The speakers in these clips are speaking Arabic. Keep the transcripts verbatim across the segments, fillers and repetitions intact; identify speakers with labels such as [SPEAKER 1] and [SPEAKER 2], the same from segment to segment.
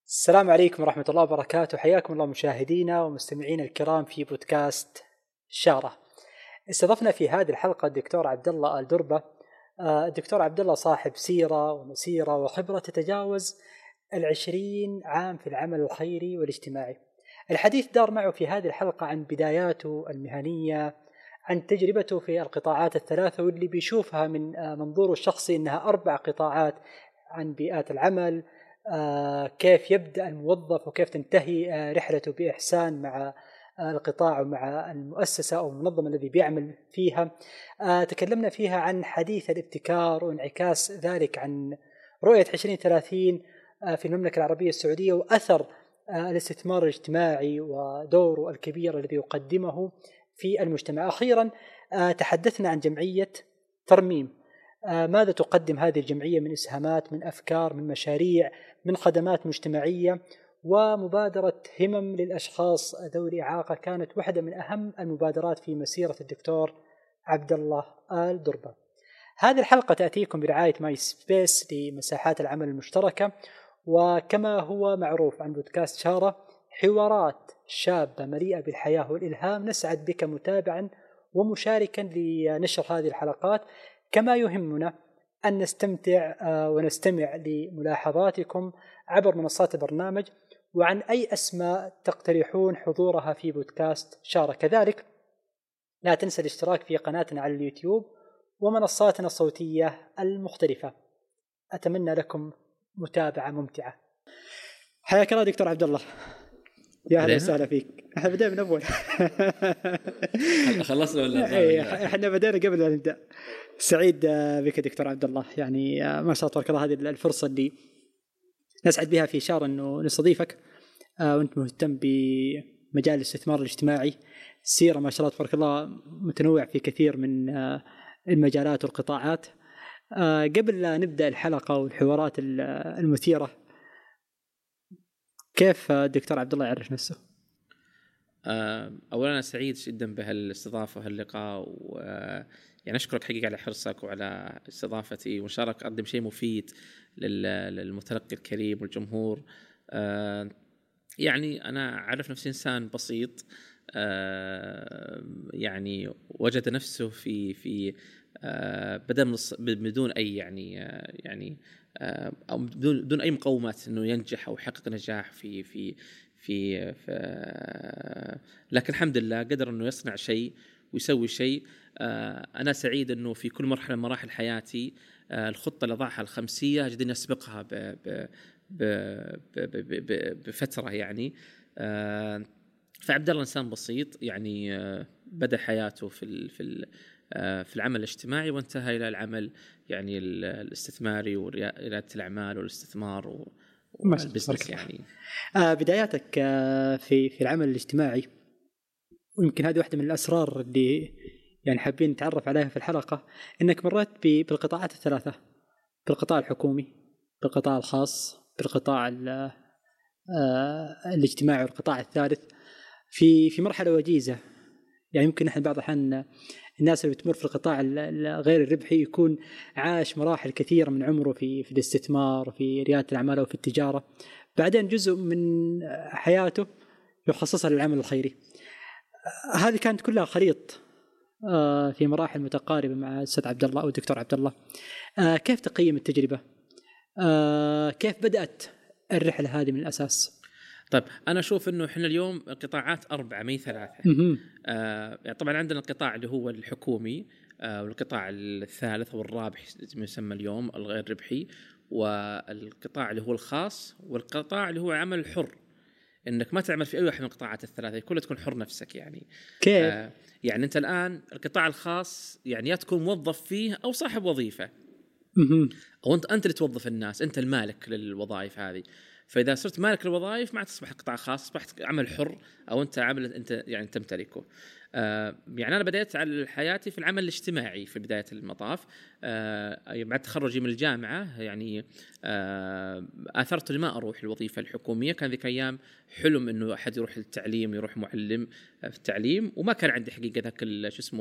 [SPEAKER 1] السلام عليكم ورحمة الله وبركاته. حياكم الله مشاهدينا ومستمعينا الكرام في بودكاست شارة. استضفنا في هذه الحلقة الدكتور عبد الله الدربة. الدكتور عبد الله صاحب سيرة ومسيرة وخبرة تتجاوز العشرين عام في العمل الخيري والاجتماعي. الحديث دار معه في هذه الحلقة عن بداياته المهنية، عن تجربته في القطاعات الثلاثة واللي بيشوفها من منظوره الشخصي أنها أربع قطاعات، عن بيئات العمل، آه كيف يبدأ الموظف وكيف تنتهي آه رحلته بإحسان مع آه القطاع ومع المؤسسة أو المنظمة الذي بيعمل فيها. آه تكلمنا فيها عن حديث الابتكار وانعكاس ذلك، عن رؤية عشرين ثلاثين آه في المملكة العربية السعودية، وأثر آه الاستثمار الاجتماعي ودوره الكبير الذي يقدمه في المجتمع. أخيرا آه تحدثنا عن جمعية ترميم. آه ماذا تقدم هذه الجمعية من إسهامات، من أفكار، من مشاريع، من خدمات مجتمعية، ومبادرة همم للأشخاص ذوي الإعاقة كانت واحدة من أهم المبادرات في مسيرة الدكتور عبد الله الدربة. هذه الحلقة تأتيكم برعاية ماي سبيس لمساحات العمل المشتركة، وكما هو معروف عن بودكاست شارة، حوارات شابة مليئة بالحياة والإلهام. نسعد بك متابعا ومشاركا لنشر هذه الحلقات، كما يهمنا أن نستمتع ونستمع لملاحظاتكم عبر منصات البرنامج، وعن أي أسماء تقترحون حضورها في بودكاست شارة. كذلك لا تنسى الاشتراك في قناتنا على اليوتيوب ومنصاتنا الصوتية المختلفة. أتمنى لكم متابعة ممتعة. حياك الله دكتور عبد الله، يا أهلا وسهلا فيك. احنا بدأنا من أول
[SPEAKER 2] خلصنا ولا
[SPEAKER 1] احنا بدأنا قبل أن نبدأ. سعيد بك دكتور عبد الله، يعني ما شاء الله تبارك الله، هذه الفرصة اللي نسعد بها في شارة أنه نستضيفك، وأنت مهتم بمجال الاستثمار الاجتماعي. سيرة ما شاء الله تبارك الله متنوع في كثير من المجالات والقطاعات. قبل لا نبدأ الحلقة والحوارات المثيرة، كيف دكتور عبد الله يعرف نفسه؟
[SPEAKER 2] أولا أنا سعيد جدا بهالاستضافة وهاللقاء، و يعني أشكرك حقيقة على حرصك وعلى استضافتي، وإن شاء الله أقدم شيء مفيد للمتلقي الكريم والجمهور. يعني أنا أعرف نفسي إنسان بسيط، يعني وجد نفسه في في بدأ من بدون أي يعني يعني أو بدون بدون أي مقومات إنه ينجح أو يحقق نجاح في في في, في لكن الحمد لله قدر إنه يصنع شيء ويسوي شيء. أنا سعيد إنه في كل مرحلة من مراحل حياتي الخطة اللي ضعها الخمسية أجد إني أسبقها ب ب ب ب بفترة يعني. فعبد الله إنسان بسيط، يعني بدأ حياته في ال في ال في العمل الاجتماعي وانتهى إلى العمل يعني الاستثماري وريادة الأعمال والاستثمار والبزنس. يعني
[SPEAKER 1] آه بداياتك آه في في العمل الاجتماعي، ويمكن هذه واحدة من الأسرار اللي يعني حابين نتعرف عليها في الحلقة، إنك مريت بالقطاعات الثلاثة، بالقطاع الحكومي، بالقطاع الخاص، بالقطاع آه الاجتماعي والقطاع الثالث في في مرحلة وجيزة. يعني يمكن نحن بعض الأحيان الناس اللي بتمر في القطاع غير الربحي يكون عاش مراحل كثيرة من عمره في في الاستثمار، في ريادة الأعمال وفي التجارة، بعدين جزء من حياته يخصصها للعمل الخيري. هذه كانت كلها خليط في مراحل متقاربة مع الأستاذ عبد الله أو الدكتور عبد الله. كيف تقيم التجربة؟ كيف بدأت الرحلة هذه من الأساس؟
[SPEAKER 2] طيب أنا أشوف إنه إحنا اليوم قطاعات أربعة مي ثلاثة. آه طبعا عندنا القطاع اللي هو الحكومي، آه والقطاع الثالث هو الرابح يسمى اليوم الغير ربحي، والقطاع اللي هو الخاص، والقطاع اللي هو عمل الحر، إنك ما تعمل في أي واحد من القطاعات الثلاثة، كلها تكون حر نفسك يعني.
[SPEAKER 1] كيف؟
[SPEAKER 2] آه يعني أنت الآن القطاع الخاص يعني يا تكون موظف فيه أو صاحب وظيفة، أو أنت أنت اللي توظف الناس، أنت المالك للوظائف هذه. فإذا صرت مالك الوظائف ما تصبح قطاع خاص، أصبحت عمل حر أو أنت عمل أنت يعني تمتلكه. آه يعني أنا بدأت على حياتي في العمل الاجتماعي في بداية المطاف. آه بعد تخرجي من الجامعة يعني آه آثرت لما أروح الوظيفة الحكومية. كان ذيك أيام حلم إنه أحد يروح للتعليم، يروح معلم في التعليم، وما كان عندي حقيقة ذاك شو اسمه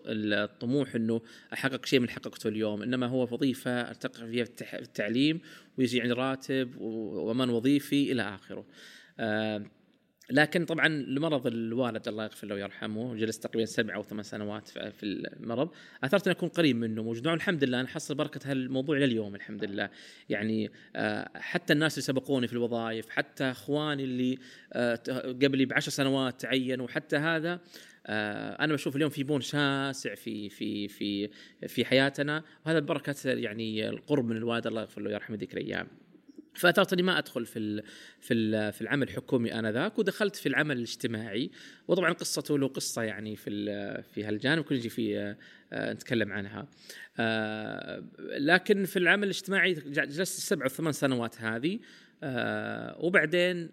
[SPEAKER 2] الطموح إنه أحقق شيء من حققته اليوم، إنما هو وظيفة أرتقي فيها في التعليم ويجي يعني راتب وأمان وظيفي إلى آخره. آه لكن طبعا لمرض الوالد الله يغفر له ويرحمه، جلست تقريبا سبع أو ثمان سنوات في المرض، أثرت أن أكون قريب منه موجود. والحمد لله أنا حصل بركة هالموضوع لليوم الحمد لله. يعني حتى الناس اللي سبقوني في الوظائف، حتى أخواني اللي قبلي بعشر سنوات تعينوا، وحتى هذا أنا بشوف اليوم في بون شاسع في في في في حياتنا، وهذا بركة يعني القرب من الوالد الله يغفر له ويرحمه ذيك الأيام. فأثرت إني ما أدخل في ال في ال في العمل الحكومي آنذاك، ودخلت في العمل الاجتماعي. وطبعا قصته له قصة يعني في في هالجانب كل نجي في نتكلم عنها. لكن في العمل الاجتماعي جلست سبع وثمان سنوات هذه، وبعدين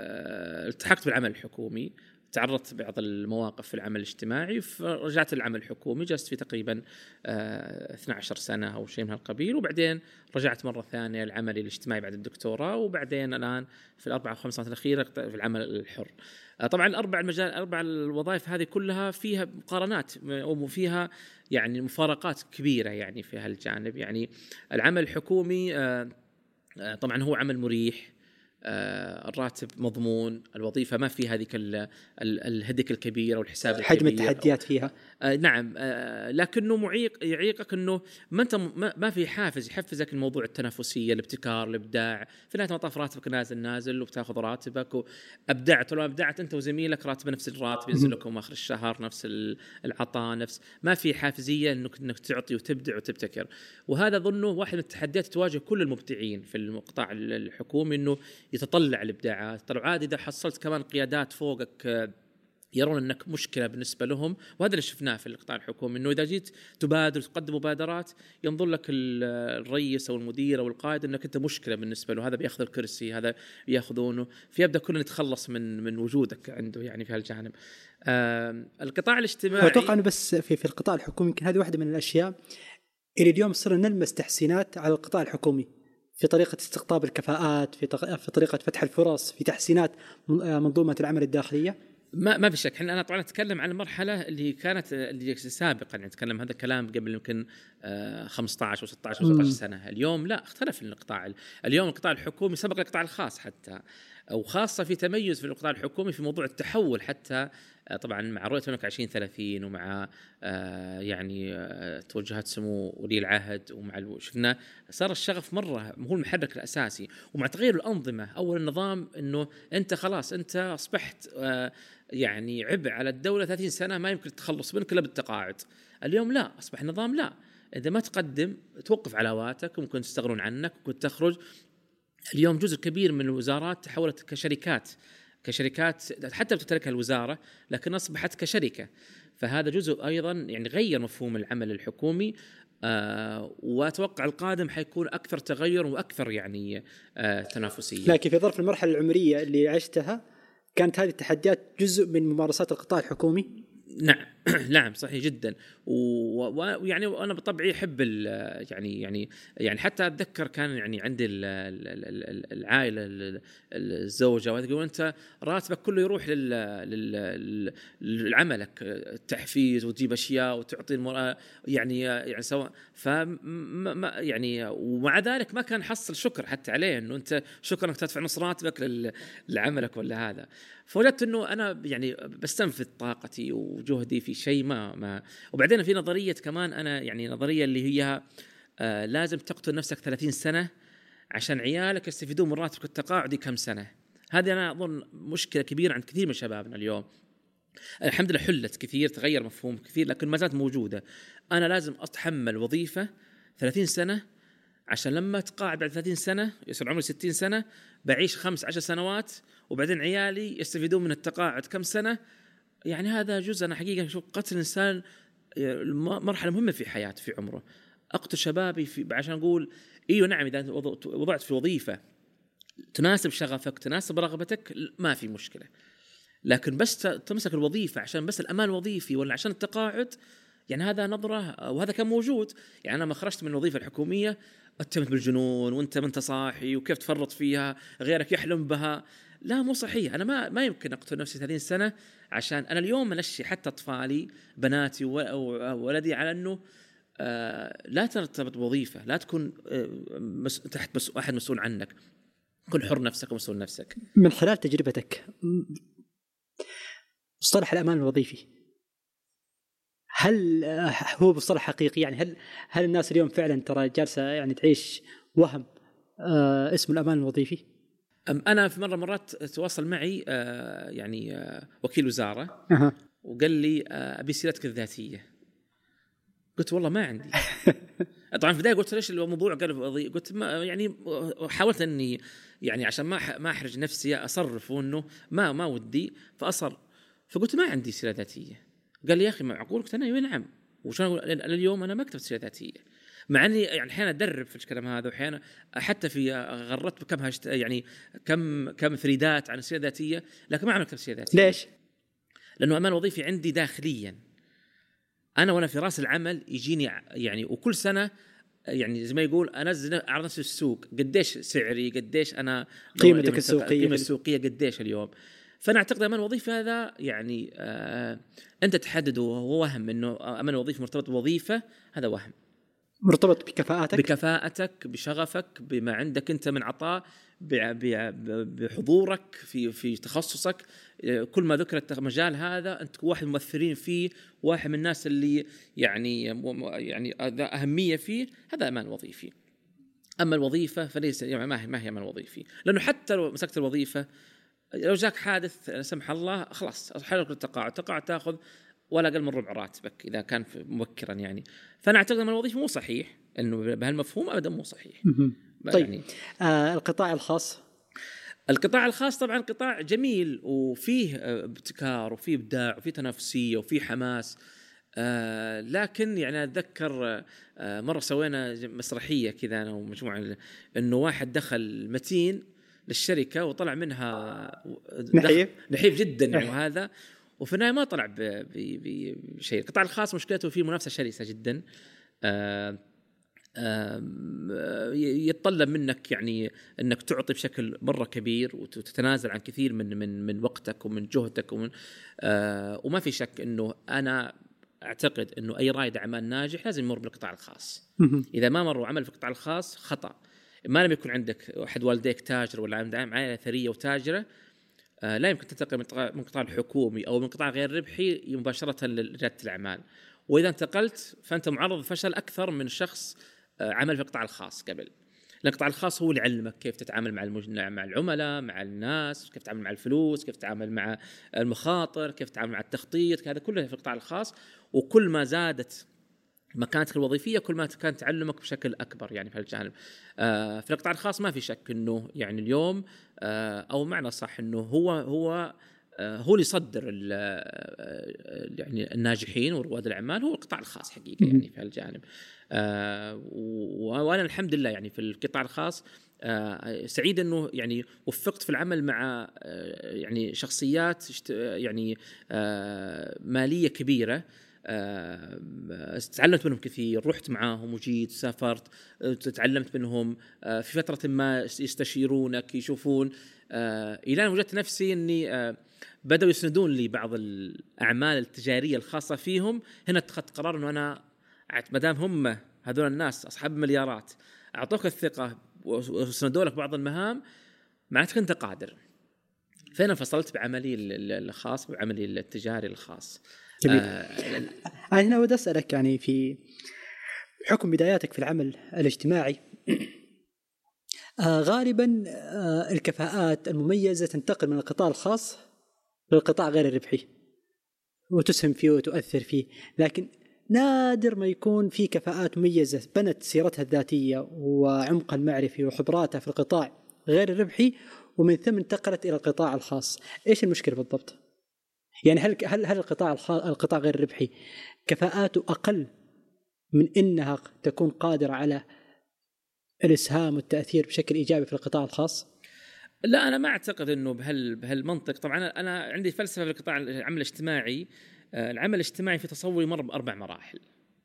[SPEAKER 2] التحقت بالعمل الحكومي، تعرضت بعض المواقف في العمل الاجتماعي، فرجعت للعمل الحكومي، جلست في تقريبا اثنتي عشرة سنة أو شيء من هالقبيل، وبعدين رجعت مرة ثانية للعمل الاجتماعي بعد الدكتوراه، وبعدين الآن في الأربع أو خمس سنوات الأخيرة في العمل الحر. طبعا الأربع المجال أربع الوظائف هذه كلها فيها مقارنات وفيها يعني مفارقات كبيرة يعني في هالجانب. يعني العمل الحكومي طبعا هو عمل مريح، آه الراتب مضمون، الوظيفة ما في هذه الهدك الكبيرة والحساب الكبير،
[SPEAKER 1] حجم التحديات فيها
[SPEAKER 2] آه نعم، آه لكنه معيق يعيقك انه ما انت ما, ما في حافز يحفزك الموضوع التنافسية، الابتكار، الابداع. في نهاية المطاف راتبك نازل نازل وبتاخذ راتبك، وابدعت ولا ابدعت انت وزميلك راتب نفس الراتب ينزل لكم اخر الشهر، نفس العطاء، نفس ما في حافزية انك انك تعطي وتبدع وتبتكر. وهذا ظنه واحد من التحديات تواجه كل المبدعين في القطاع الحكومي، انه يتطلع الابداعات. ترى عادي اذا حصلت كمان قيادات فوقك يرون انك مشكله بالنسبه لهم، وهذا اللي شفناه في القطاع الحكومي، انه اذا جيت تبادر وتقدم مبادرات ينظر لك الرئيس او المدير او القائد انك انت مشكله بالنسبه له، هذا بياخذ الكرسي، هذا بياخذونه، فيبدا كلنا نتخلص من من وجودك عنده يعني في هالجانب. آه القطاع الاجتماعي
[SPEAKER 1] اتوقع انه بس في في القطاع الحكومي يمكن هذه واحده من الاشياء اللي اليوم صرنا نلمس تحسينات على القطاع الحكومي في طريقة استقطاب الكفاءات، في في طريقة فتح الفرص، في تحسينات منظومة العمل الداخلية.
[SPEAKER 2] ما ما في شك. احنا انا طبعا اتكلم عن المرحله اللي كانت اللي سابقا، يعني اتكلم هذا الكلام قبل يمكن خمسة عشر وستة عشر وسبعة عشر سنه. اليوم لا، اختلف القطاع. اليوم القطاع الحكومي سبق القطاع الخاص حتى، وخاصه في تميز في القطاع الحكومي في موضوع التحول، حتى طبعا مع رؤيه هناك عشرين ثلاثين، ومع يعني توجهات سمو ولي العهد، ومع شفنا صار الشغف مره هو المحرك الاساسي، ومع تغيير الانظمه. اول النظام انه انت خلاص انت اصبحت يعني عبء على الدوله ثلاثين سنه ما يمكن التخلص منك الا بالتقاعد. اليوم لا، اصبح النظام لا، اذا ما تقدم توقف علاواتك وممكن تستغنون عنك وممكن تخرج. اليوم جزء كبير من الوزارات تحولت كشركات كشركات حتى بتتركها الوزارة لكن أصبحت كشركة. فهذا جزء أيضا يعني غير مفهوم العمل الحكومي. آه وأتوقع القادم حيكون أكثر تغير وأكثر يعني آه تنافسية.
[SPEAKER 1] لكن في ظرف المرحلة العمرية اللي عشتها كانت هذه التحديات جزء من ممارسات القطاع الحكومي.
[SPEAKER 2] نعم نعم صحيح جدا. ويعني وانا بطبعي احب يعني يعني يعني حتى اتذكر كان يعني عندي العائله الزوجه وهذا يقول انت راتبك كله يروح للعملك، التحفيز وتجيب اشياء وتعطي المرأة يعني يعني سواء ف يعني ومع ذلك ما كان حصل شكر حتى عليه انه انت شكرا انك تدفع نص راتبك لعملك ولا هذا. فوجدت انه انا يعني بستنفذ طاقتي وجهدي في شيء ما ما وبعدين في نظريه كمان انا يعني نظريه اللي هي آه لازم تقتل نفسك ثلاثين سنة عشان عيالك يستفيدون من راتبك التقاعدي كم سنه. هذه انا اظن مشكله كبيره عند كثير من شبابنا اليوم. الحمد لله حلت كثير، تغير مفهوم كثير، لكن ما زالت موجوده. انا لازم اتحمل وظيفه ثلاثين سنة عشان لما اتقاعد بعد ثلاثين سنة يصير عمري ستين سنة بعيش خمس عشر سنوات، وبعدين عيالي يستفيدون من التقاعد كم سنة. يعني هذا جزء أنا حقيقة شوف قتل الإنسان مرحلة مهمة في حياته في عمره. أقتل شبابي في عشان أقول إيوه نعم إذا وضعت في وظيفة تناسب شغفك تناسب رغبتك ما في مشكلة، لكن بس تمسك الوظيفة عشان بس الأمان الوظيفي ولا عشان التقاعد، يعني هذا نظرة. وهذا كان موجود. يعني أنا ما خرجت من الوظيفة الحكومية اتهمت بالجنون وانت ما انت صاحي وكيف تفرط فيها غيرك يحلم بها. لا مو صحيح. انا ما ما يمكن اقتل نفسي ثلاثين سنة عشان انا اليوم منشي حتى اطفالي بناتي وولدي على انه لا ترتبط بوظيفة، لا تكون تحت بس أحد مسؤول عنك، كن حر نفسك ومسؤول نفسك.
[SPEAKER 1] من خلال تجربتك مصطلح الأمان الوظيفي هل هو مصطلح حقيقي؟ يعني هل هل الناس اليوم فعلا ترى جالسة يعني تعيش وهم آه اسم الأمان الوظيفي؟
[SPEAKER 2] أنا في مرة مرات تواصل معي آه يعني آه وكيل وزارة
[SPEAKER 1] أه.
[SPEAKER 2] وقال لي آه أبي سيرتك الذاتية. قلت والله ما عندي. طبعا في البداية قلت ليش الموضوع؟ قال قلت ما يعني حاولت أني يعني عشان ما ما أحرج نفسي أصرف وإنه ما ما ودي فأصر، فقلت ما عندي سيرة ذاتية. قال لي يا أخي معقول؟ قلت أنا نعم، وشان اليوم أنا ما كتبت سيرة ذاتية، مع أني يعني أحيانا أدرب في الكلام هذا، وأحيانا حتى في غرت بكم هاشت يعني كم كم ثريدات عن السيرة الذاتية، لكن ما عملت كتب سيرة ذاتية.
[SPEAKER 1] ليش؟
[SPEAKER 2] لأنه أمان وظيفي عندي داخليا أنا وأنا في رأس العمل يجيني يعني، وكل سنة يعني زي ما يقول أنزل عرض نفسي السوق، قديش سعري، قديش أنا
[SPEAKER 1] قيمتك السوقية،
[SPEAKER 2] قيمة السوقية قديش اليوم. فأنا أعتقد أمان وظيفي هذا يعني آه أنت تحدده، وهو وهم إنه أمان وظيفي مرتبط بوظيفة، هذا وهم.
[SPEAKER 1] مرتبط بكفاءتك
[SPEAKER 2] بكفاءتك بشغفك بما عندك أنت من عطاء، بحضورك في في تخصصك. كل ما ذكرت مجال هذا أنت واحد مؤثرين فيه، واحد من الناس اللي يعني يعني أهمية فيه، هذا أمان وظيفي. أما الوظيفة فليس يعني ما هي ما هي أمان وظيفي، لأنه حتى لو مسكت الوظيفة لو جاك حادث لا سمح الله خلاص حلقة التقاعد تقاعد تأخذ ولا أقل من ربع راتبك إذا كان مبكرا يعني. فأنا أعتقد أن الوظيفة مو صحيح إنه بهالمفهوم أبدا مو صحيح.
[SPEAKER 1] طيب يعني آه القطاع الخاص
[SPEAKER 2] القطاع الخاص طبعا قطاع جميل وفيه ابتكار وفيه إبداع وفيه تنافسية وفيه حماس، آه لكن يعني أتذكر آه مرة سوينا مسرحية كذا أنا ومجموعة، إنه واحد دخل متين للشركة وطلع منها
[SPEAKER 1] نحيف
[SPEAKER 2] نحيف جدا يعني، وهذا وفي النهاية ما طلع بشيء. القطاع الخاص مشكلته فيه منافسة شرسة جدا، آه يتطلب منك يعني أنك تعطي بشكل مرة كبير وتتنازل عن كثير من من من وقتك ومن جهدك ومن آه وما في شك أنه أنا أعتقد أنه أي رائد أعمال ناجح لازم يمر بالقطاع الخاص. إذا ما مر وعمل في القطاع الخاص خطأ. ما لم يكن عندك أحد والديك تاجر ولا عائلة ثرية وتاجرة، آه لا يمكن تنتقل من القطاع الحكومي أو من قطاع غير ربحي مباشرة لريادة الأعمال. وإذا انتقلت فأنت معرض للفشل أكثر من شخص عمل في القطاع الخاص قبل. القطاع الخاص هو اللي يعلمك كيف تتعامل مع المجتمع، مع العملاء، مع الناس، كيف تتعامل مع الفلوس، كيف تتعامل مع المخاطر، كيف تتعامل مع التخطيط، هذا كله في القطاع الخاص. وكل ما زادت مكانتك الوظيفية كل ما كان تعلمك بشكل أكبر يعني في هالجانب. آه في القطاع الخاص ما في شك إنه يعني اليوم آه أو معنى صح إنه هو هو هو اللي يصدر يعني الناجحين ورواد الأعمال، هو القطاع الخاص حقيقة يعني في هالجانب. آه وأنا الحمد لله يعني في القطاع الخاص آه سعيد إنه يعني وفقت في العمل مع آه يعني شخصيات يعني آه مالية كبيرة، آه تعلمت منهم كثير، رحت معاهم وجيت سافرت، تعلمت منهم آه في فترة ما يستشيرونك يشوفون آه إلى أن وجدت نفسي أني آه بدأوا يسندون لي بعض الأعمال التجارية الخاصة فيهم. هنا اتخذت قرار أنه أنا مدام هم هذول الناس أصحاب مليارات أعطوك الثقة وسندوا لك بعض المهام، معناتك أنت قادر. فأنا انفصلت بعملي الخاص بعملي التجاري الخاص.
[SPEAKER 1] جميل. آه أنا هنا أود أسألك يعني في حكم بداياتك في العمل الاجتماعي آه غالبا آه الكفاءات المميزة تنتقل من القطاع الخاص للقطاع غير الربحي وتسهم فيه وتؤثر فيه، لكن نادر ما يكون في كفاءات مميزة بنت سيرتها الذاتية وعمق المعرفي وخبراتها في القطاع غير الربحي ومن ثم انتقلت إلى القطاع الخاص. إيش المشكلة بالضبط؟ يعني هل هل هل القطاع القطاع غير الربحي كفاءاته أقل من إنها تكون قادرة على الإسهام والتأثير بشكل إيجابي في القطاع الخاص؟
[SPEAKER 2] لا أنا ما أعتقد إنه بهال بهالمنطق. طبعا أنا عندي فلسفة في القطاع العمل الاجتماعي. العمل الاجتماعي في تصوري مر بأربع مراحل،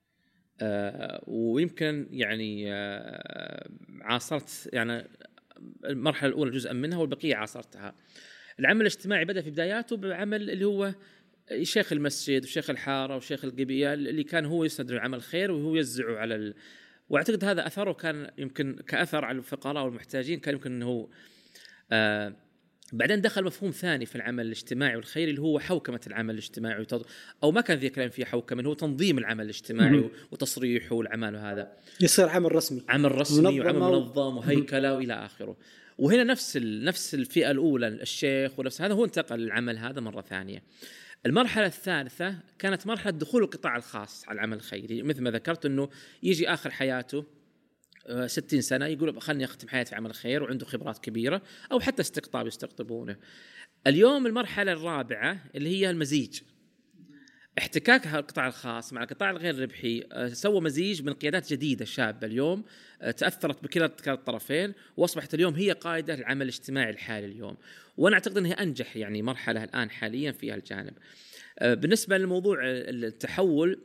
[SPEAKER 2] ويمكن يعني عاصرت يعني المرحلة الأولى جزءا منها والبقية عاصرتها. العمل الاجتماعي بدأ في بداياته بعمل اللي هو شيخ المسجد وشيخ الحاره وشيخ القبيله اللي كان هو يسند العمل الخير وهو يوزعه على ال... واعتقد هذا اثره كان يمكن كاثر على الفقراء والمحتاجين، كان يمكن انه هو آه بعدين دخل مفهوم ثاني في العمل الاجتماعي والخيري اللي هو حوكمة العمل الاجتماعي وتض... أو ما كان ذي كلام فيه حوكمة، هو تنظيم العمل الاجتماعي م- وتصريحه والعمل، وهذا
[SPEAKER 1] يصير عمل رسمي
[SPEAKER 2] عمل رسمي وعمل منظم وهيكلة وإلى آخره. وهنا نفس ال... نفس الفئة الأولى الشيخ ونفس هذا هو انتقل العمل هذا مرة ثانية. المرحلة الثالثة كانت مرحلة دخول القطاع الخاص على العمل الخيري، مثل ما ذكرت أنه يجي آخر حياته ستين سنة يقول خلني أختم حياتي في عمل الخير وعنده خبرات كبيرة، أو حتى استقطاب يستقطبونه. اليوم المرحلة الرابعة اللي هي المزيج، احتكاك القطاع الخاص مع القطاع الغير ربحي، سوى مزيج من قيادات جديدة شابة اليوم تأثرت بكلا الطرفين، وأصبحت اليوم هي قائدة العمل الاجتماعي الحالي اليوم. وأنا أعتقد أنها أنجح يعني مرحلة الآن حاليا في هالجانب. بالنسبة للموضوع التحول،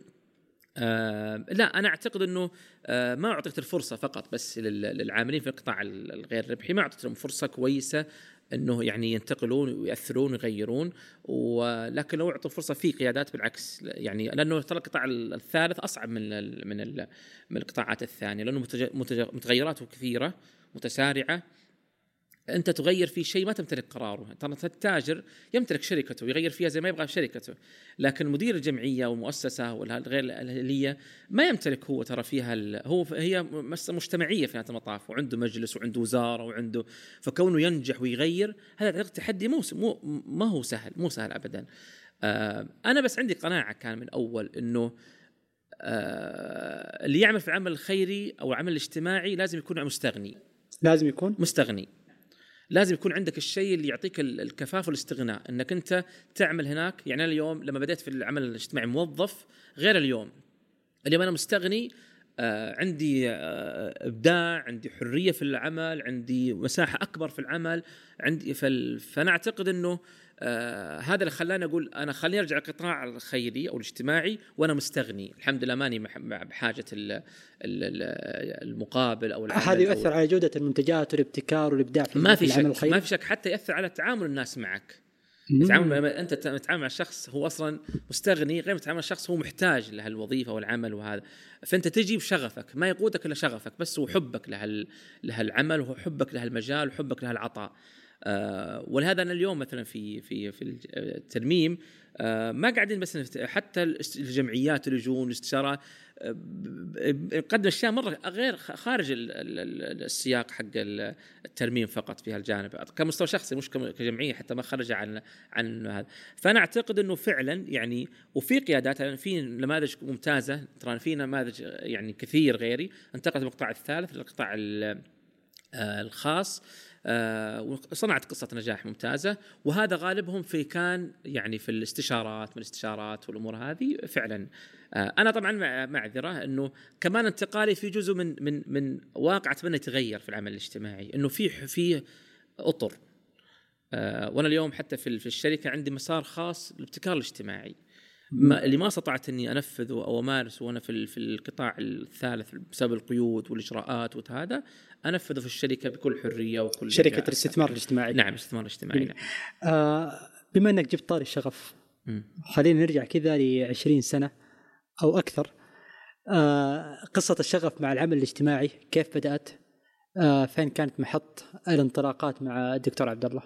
[SPEAKER 2] آه لا أنا أعتقد أنه آه ما أعطيت الفرصة فقط بس للعاملين في القطاع الغير ربحي، ما أعطيت لهم فرصة كويسة أنه يعني ينتقلون ويأثرون ويغيرون، ولكن لو أعطوا فرصة في قيادات بالعكس يعني، لأنه ترى القطاع الثالث أصعب من ال من ال من القطاعات الثانية، لأنه متغيراته كثيرة متسارعة، أنت تغير في شيء ما تمتلك قراره. ترى التاجر يمتلك شركته ويغير فيها زي ما يبغى في شركته، لكن مدير الجمعية والمؤسسة والغير الأهلية ما يمتلك هو ترى فيها هو هي مجتمعية في نهاية المطاف، وعنده مجلس وعنده وزارة وعنده، فكونه ينجح ويغير هذا تحدي مو مو ما هو سهل، مو سهل أبدا. آه أنا بس عندي قناعة كان من أول إنه آه اللي يعمل في العمل الخيري أو العمل الاجتماعي لازم يكون مستغني،
[SPEAKER 1] لازم يكون
[SPEAKER 2] مستغني، لازم يكون عندك الشيء اللي يعطيك الكفاف والاستغناء، انك انت تعمل هناك. يعني أنا اليوم لما بديت في العمل الاجتماعي موظف غير اليوم، اليوم انا مستغني، آه عندي آه ابداع، عندي حرية في العمل، عندي مساحة اكبر في العمل، عندي فانا اعتقد انه آه هذا اللي خلاني اقول انا خليني ارجع القطاع الخيري او الاجتماعي وانا مستغني الحمد لله، ماني بحاجة المقابل او العمل.
[SPEAKER 1] هذا يؤثر على جودة المنتجات والابتكار والابداع في
[SPEAKER 2] ما في
[SPEAKER 1] العمل
[SPEAKER 2] شك
[SPEAKER 1] الخيري.
[SPEAKER 2] ما في شك حتى يأثر على تعامل الناس معك. تعامل لما انت تتعامل مع شخص هو اصلا مستغني غير تتعامل مع شخص هو محتاج لهالوظيفه والعمل وهذا، فانت تجي بشغفك، ما يقودك الا شغفك بس وحبك لهال لهالعمل وحبك لهالمجال وحبك لهالعطاء. آه ولهذا انا اليوم مثلا في في في الترميم آه ما قاعدين بس حتى الجمعيات اللجون الاستشارات قدم اشياء مره غير خارج السياق حق الترميم فقط في هالجانب كمستوى شخصي مش كجمعيه، حتى ما خرج عن عن هذا. فانا اعتقد انه فعلا يعني وفي قيادات في نماذج ممتازه، ترى في نماذج يعني كثير غيري انتقلت من القطاع الثالث للقطاع الخاص وصنعت قصة نجاح ممتازة، وهذا غالبهم في كان يعني في الاستشارات من الاستشارات والأمور هذه فعلا. أنا طبعا معذرة أنه كمان انتقالي في جزء من من من واقع أتمنى يتغير في العمل الاجتماعي، أنه في في أطر، وأنا اليوم حتى في في الشركة عندي مسار خاص للابتكار الاجتماعي ما اللي ما استطعت اني انفذه او امارسه وانا في في القطاع الثالث بسبب القيود والاجراءات وهذا انفذه في الشركه بكل حريه وكل
[SPEAKER 1] شركه الاستثمار الاجتماعي.
[SPEAKER 2] نعم الاستثمار الاجتماعي. نعم.
[SPEAKER 1] آه بما انك جبت طاري الشغف، خلينا نرجع كذا لعشرين سنه او اكثر. آه قصه الشغف مع العمل الاجتماعي كيف بدات؟ آه فين كانت محط الانطلاقات مع الدكتور عبد الله؟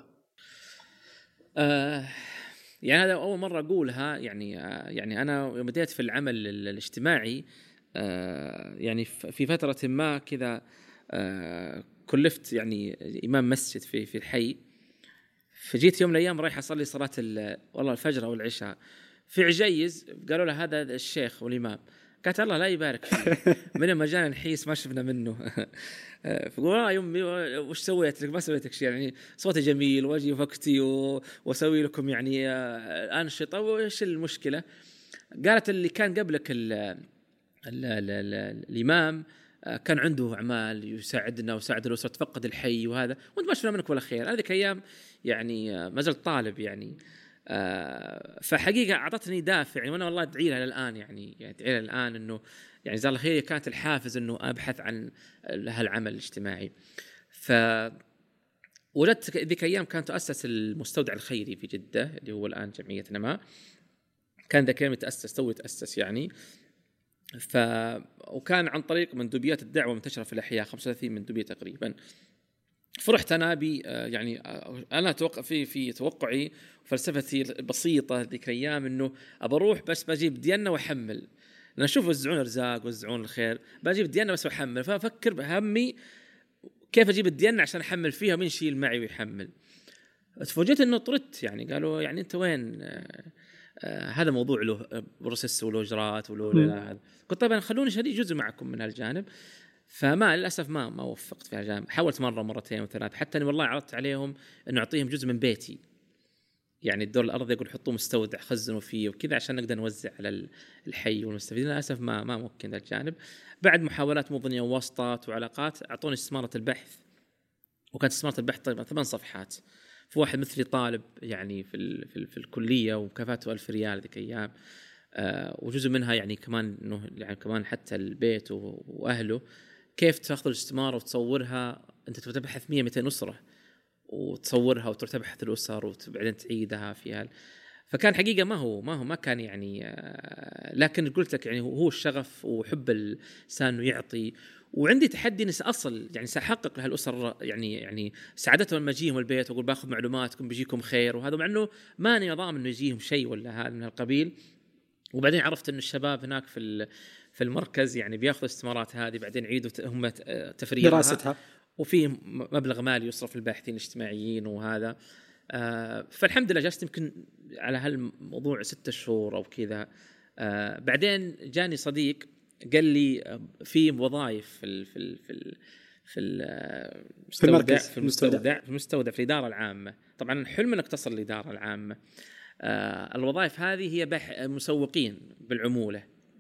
[SPEAKER 2] آه يعني هذا أول مرة أقولها، يعني يعني أنا بديت في العمل الاجتماعي يعني في فترة ما كذا كلفت يعني إمام مسجد في في الحي، فجيت يوم من الأيام رايح أصلي صلاة والله الفجر أو العشاء في عجيز، قالوا له هذا الشيخ والإمام، قالت الله لا يبارك فيه من ما جانا نحيس ما شفنا منه. فقول يا يمي وش سويت لك؟ ما سويت لك شيء، يعني صوتي جميل واجي وقتي واسوي لكم يعني انشطه، وايش المشكله؟ قالت اللي كان قبلك ال ال ال ال الامام كان عنده اعمال يساعدنا وساعد الاسره تفقد الحي وهذا، وانت ما شفنا منك ولا خير. هذيك ايام يعني ما زلت طالب يعني، آه فحقيقة أعطتني دافع يعني، وأنا والله أدعي لها الآن يعني يعني أدعي لها الآن إنه يعني جزاها الله خير، كانت الحافز إنه أبحث عن هالعمل الاجتماعي. فوجدت ذيك أيام كانت تؤسس المستودع الخيري في جدة اللي هو الآن جمعية نماء، كان ذا كلمة تأسس تو تأسس يعني. ف وكان عن طريق مندوبيات الدعوة منتشرة في الأحياء، خمسة وثلاثين مندوبية تقريبا. فرحت أنا بي يعني أنا أتوقع في في توقعي وفلسفتي البسيطة ذيك الأيام إنه أبروح بس بجيب ديانة وأحمل، لأن أشوف وزعون رزاق وزعون الخير، بجيب ديانة بس وأحمل. فأفكر بهمي كيف أجيب الديانة عشان أحمل فيها ومين يشيل معي ويحمل. تفوجئت إنه طردت، يعني قالوا يعني أنت وين؟ آه آه هذا موضوع له بروسيس وله إجراءات وله هذا. قلت طيب أنا خلوني شريك جزء معكم من هالجانب. فما للأسف ما ما وفقت في هالجانب. حاولت مرة مرتين وثلاث، حتى أنا والله عرضت عليهم إنه أعطيهم جزء من بيتي، يعني الدور الأرضي يقول حطوه مستودع خزنوا فيه وكذا عشان نقدر نوزع على الحي والمستفيدين. للأسف ما ما ممكن ذا الجانب. بعد محاولات مضنية وواسطات وعلاقات أعطوني استمارة البحث، وكانت استمارة البحث طيب ثمان صفحات. في واحد مثلي طالب يعني في ال في, ال في الكلية ومكافاته ألف ريال ذيك أيام، آه وجزء منها يعني كمان إنه يعني كمان حتى البيت وأهله. كيف تأخذ الاستمارة وتصورها؟ أنت تبحث مية مئتين أسرة وتصورها وتبحث الأسر وبعدين تعيدها فيها. فكان حقيقة ما هو ما هو ما كان يعني آه لكن قلت لك يعني هو الشغف وحب الإنسان إنه يعطي. وعندي تحدي إني سأصل يعني سأحقق لهالأسر يعني يعني سعادتهم لما يجيهم البيت وأقول باخذ معلوماتكم بيجيكم خير وهذا، مع إنه ماني ضامن إنه يجيهم شيء ولا هذا من القبيل. وبعدين عرفت إنه الشباب هناك في في المركز يعني بياخذوا استمارات هذه بعدين يعيدوا هم تفريغها
[SPEAKER 1] دراستها،
[SPEAKER 2] وفي مبلغ مالي يصرف للباحثين الاجتماعيين وهذا. آه فالحمد لله جلست يمكن على هالموضوع ستة شهور أو كذا. آه بعدين جاني صديق قال لي في وظائف في ال في ال في ال في المستودع في المستودع في المستودع في الإدارة العامة. طبعا حلم انك تصل للإدارة العامة. آه الوظائف هذه هي بح مسوقين بالعمولة،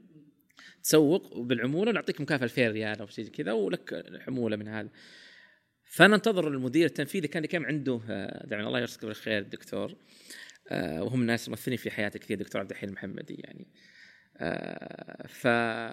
[SPEAKER 2] تسوق بالعمولة ونعطيك مكافأة ألفين ريال أو شيء كذا ولك حمولة من هذا. فأنا انتظر المدير التنفيذي كان كان عنده دعنا الله يرزقه بالخير الدكتور، آه وهم الناس ممثلين في حياتي كثير، دكتور عبد الحليم المحمدي يعني. آه ف